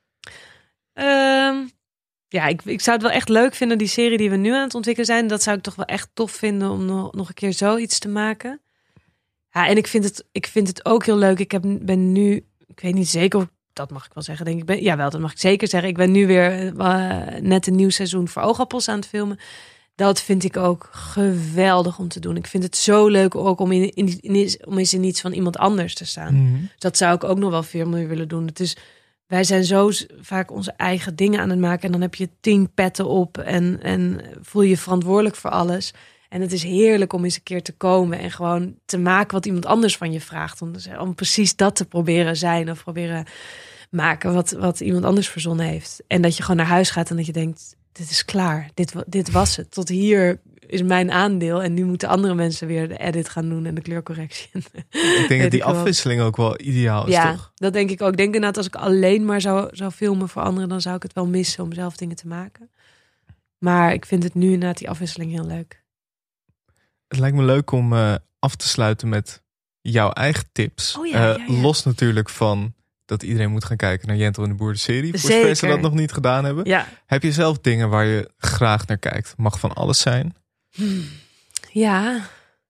Ik zou het wel echt leuk vinden, die serie die we nu aan het ontwikkelen zijn. Dat zou ik toch wel echt tof vinden om nog een keer zoiets te maken. Ja, en ik vind het ook heel leuk. Ben nu, ik weet niet zeker of dat mag ik wel zeggen, denk ik. Jawel, dat mag ik zeker zeggen. Ik ben nu weer net een nieuw seizoen voor Oogappels aan het filmen. Dat vind ik ook geweldig om te doen. Ik vind het zo leuk ook om eens in iets van iemand anders te staan. Mm-hmm. Dat zou ik ook nog wel veel meer willen doen. Wij zijn zo vaak onze eigen dingen aan het maken. En dan heb je 10 petten op en voel je verantwoordelijk voor alles. En het is heerlijk om eens een keer te komen en gewoon te maken wat iemand anders van je vraagt. Om precies dat te proberen zijn of proberen maken wat iemand anders verzonnen heeft. En dat je gewoon naar huis gaat en dat je denkt, dit is klaar. Dit was het. Tot hier is mijn aandeel. En nu moeten andere mensen weer de edit gaan doen en de kleurcorrectie. Ik denk dat die afwisseling ook wel ideaal is, toch? Ja, dat denk ik ook. Ik denk inderdaad, als ik alleen maar zou filmen voor anderen, dan zou ik het wel missen om zelf dingen te maken. Maar ik vind het nu inderdaad die afwisseling heel leuk. Het lijkt me leuk om af te sluiten met jouw eigen tips. Los natuurlijk van dat iedereen moet gaan kijken naar Jentel en de Boer de serie. Voor zover ze dat nog niet gedaan hebben. Ja. Heb je zelf dingen waar je graag naar kijkt? Mag van alles zijn. Ja.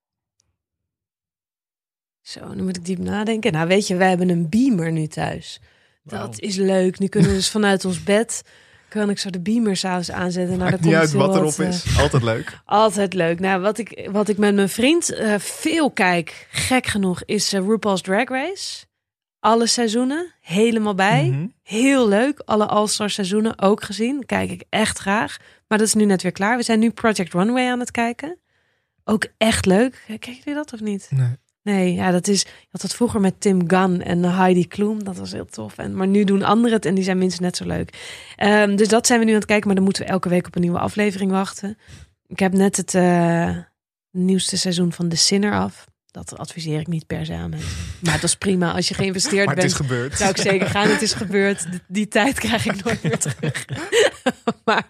Zo, nu moet ik diep nadenken. Nou, weet je, wij hebben een beamer nu thuis. Wow. Dat is leuk. Nu kunnen we dus vanuit ons bed, kan ik zo de beamer s'avonds aanzetten. Nou, maakt niet uit wat erop is. Altijd leuk. Altijd leuk. Nou, wat ik met mijn vriend veel kijk, gek genoeg, is RuPaul's Drag Race. Alle seizoenen, helemaal bij. Mm-hmm. Heel leuk. Alle All-Star seizoenen ook gezien. Kijk ik echt graag. Maar dat is nu net weer klaar. We zijn nu Project Runway aan het kijken. Ook echt leuk. Keken jullie dat of niet? Nee, ja, dat is. Je had dat vroeger met Tim Gunn en Heidi Klum. Dat was heel tof. Maar nu doen anderen het en die zijn minstens net zo leuk. Dus dat zijn we nu aan het kijken. Maar dan moeten we elke week op een nieuwe aflevering wachten. Ik heb net het nieuwste seizoen van The Sinner af. Dat adviseer ik niet per se aan mensen. Maar dat is prima. Als je geïnvesteerd bent, het is gebeurd. Zou ik zeker gaan. Het is gebeurd. Die tijd krijg ik nooit meer terug. maar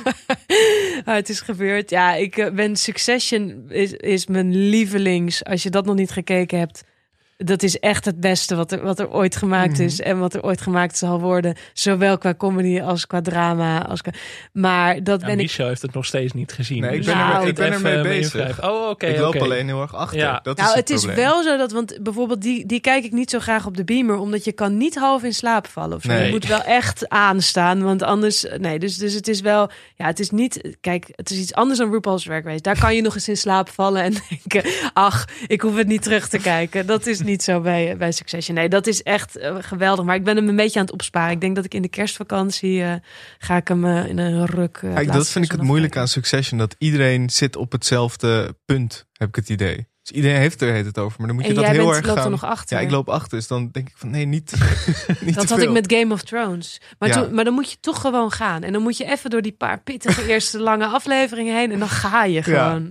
het is gebeurd. Ja, ik ben Succession is mijn lievelings. Als je dat nog niet gekeken hebt, dat is echt het beste wat er ooit gemaakt is. En wat er ooit gemaakt zal worden. Zowel qua comedy als qua drama. Maar dat ben Michel heeft het nog steeds niet gezien. Nee, dus ik ben ermee bezig. Ik loop alleen heel erg achter. Ja. Dat is het is wel zo dat, want bijvoorbeeld die kijk ik niet zo graag op de beamer. Omdat je kan niet half in slaap vallen. Of zo. Nee. Je moet wel echt aanstaan. Want anders, nee. Dus het is wel, ja, het is niet, kijk, het is iets anders dan RuPaul's Drag Race. Daar kan je nog eens in slaap vallen en denken, ach, ik hoef het niet terug te kijken. Dat is niet zo bij Succession. Nee, dat is echt geweldig. Maar ik ben hem een beetje aan het opsparen. Ik denk dat ik in de kerstvakantie ga ik hem in een ruk. Kijk, dat vind ik het moeilijk aan Succession. Dat iedereen zit op hetzelfde punt, heb ik het idee. Dus iedereen heeft er het over. Maar dan moet je dat heel erg gaan. Er nog achter. Ja, ik loop achter. Dus dan denk ik van nee, niet dat had ik met Game of Thrones. Maar dan moet je toch gewoon gaan. En dan moet je even door die paar pittige eerste lange afleveringen heen. En dan ga je gewoon.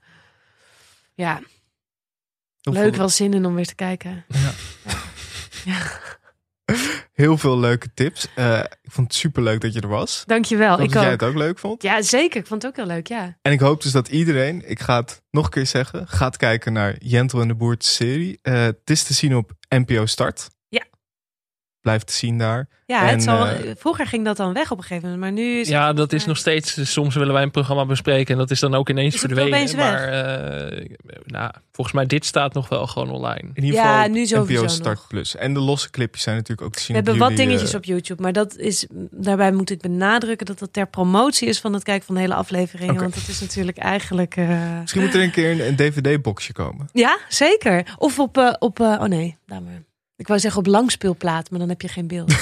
Ja. Leuk, wel zin in om weer te kijken. Ja. Heel veel leuke tips. Ik vond het superleuk dat je er was. Dankjewel. Ik hoop dat jij het ook leuk vond. Ja, zeker. Ik vond het ook heel leuk, ja. En ik hoop dus dat iedereen, ik ga het nog een keer zeggen, gaat kijken naar Jentel en de Boer serie. Het is te zien op NPO Start. Ja. Blijft te zien daar. Ja, vroeger ging dat dan weg op een gegeven moment, maar nu is het dat is nog steeds. Soms willen wij een programma bespreken en dat is dan ook ineens verdwenen. Maar volgens mij dit staat nog wel gewoon online. In ieder geval nu NPO Start nog. Plus. En de losse clipjes zijn natuurlijk ook te zien. We hebben wat dingetjes op YouTube, maar daarbij moet ik benadrukken dat het ter promotie is van het kijken van de hele afleveringen. Okay. Want het is natuurlijk eigenlijk. Misschien moet er een keer een DVD-boxje komen. Ja, zeker. Of oh nee, daar maar. Ik wou zeggen op langspeelplaat, maar dan heb je geen beeld.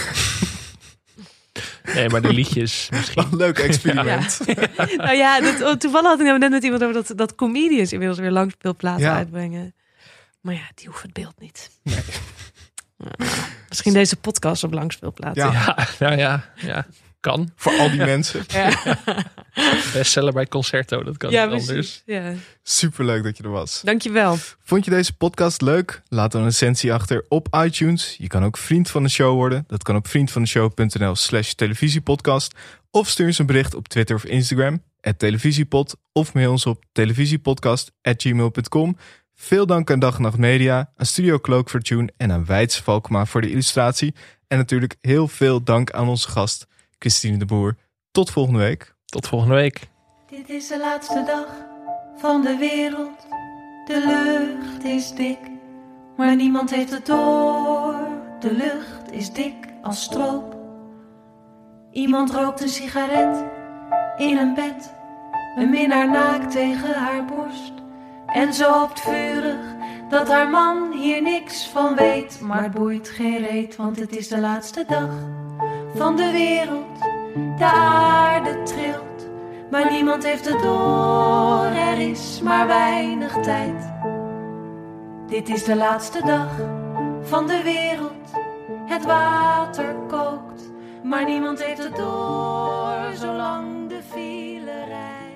Nee, maar de liedjes misschien. Een leuk experiment. Ja. Toevallig had ik net met iemand over dat comedians inmiddels weer langspeelplaten uitbrengen. Maar ja, die hoeven het beeld niet. Nee. Misschien deze podcast op langspeelplaten. Ja. Kan. Voor al die mensen. Bestseller bij Concerto, dat kan niet anders. Ja. Superleuk dat je er was. Dankjewel. Vond je deze podcast leuk? Laat dan een recensie achter op iTunes. Je kan ook vriend van de show worden. Dat kan op vriendvandeshow.nl/televisiepodcast. Of stuur eens een bericht op Twitter of Instagram @televisiepod. Of mail ons op televisiepodcast@gmail.com. Veel dank aan Dag en Nacht Media, aan Studio Cloak voor Tune en aan Weits Valkma voor de illustratie. En natuurlijk heel veel dank aan onze gast Christine de Boer. Tot volgende week. Tot volgende week. Dit is de laatste dag van de wereld. De lucht is dik maar niemand heeft het door. De lucht is dik als stroop. Iemand rookt een sigaret in een bed. Een minnaar naakt tegen haar borst. En ze hoopt vurig dat haar man hier niks van weet. Maar het boeit geen reet, want het is de laatste dag van de wereld. De aarde trilt, maar niemand heeft het door. Er is maar weinig tijd. Dit is de laatste dag van de wereld. Het water kookt, maar niemand heeft het door. Zolang de file rijdt.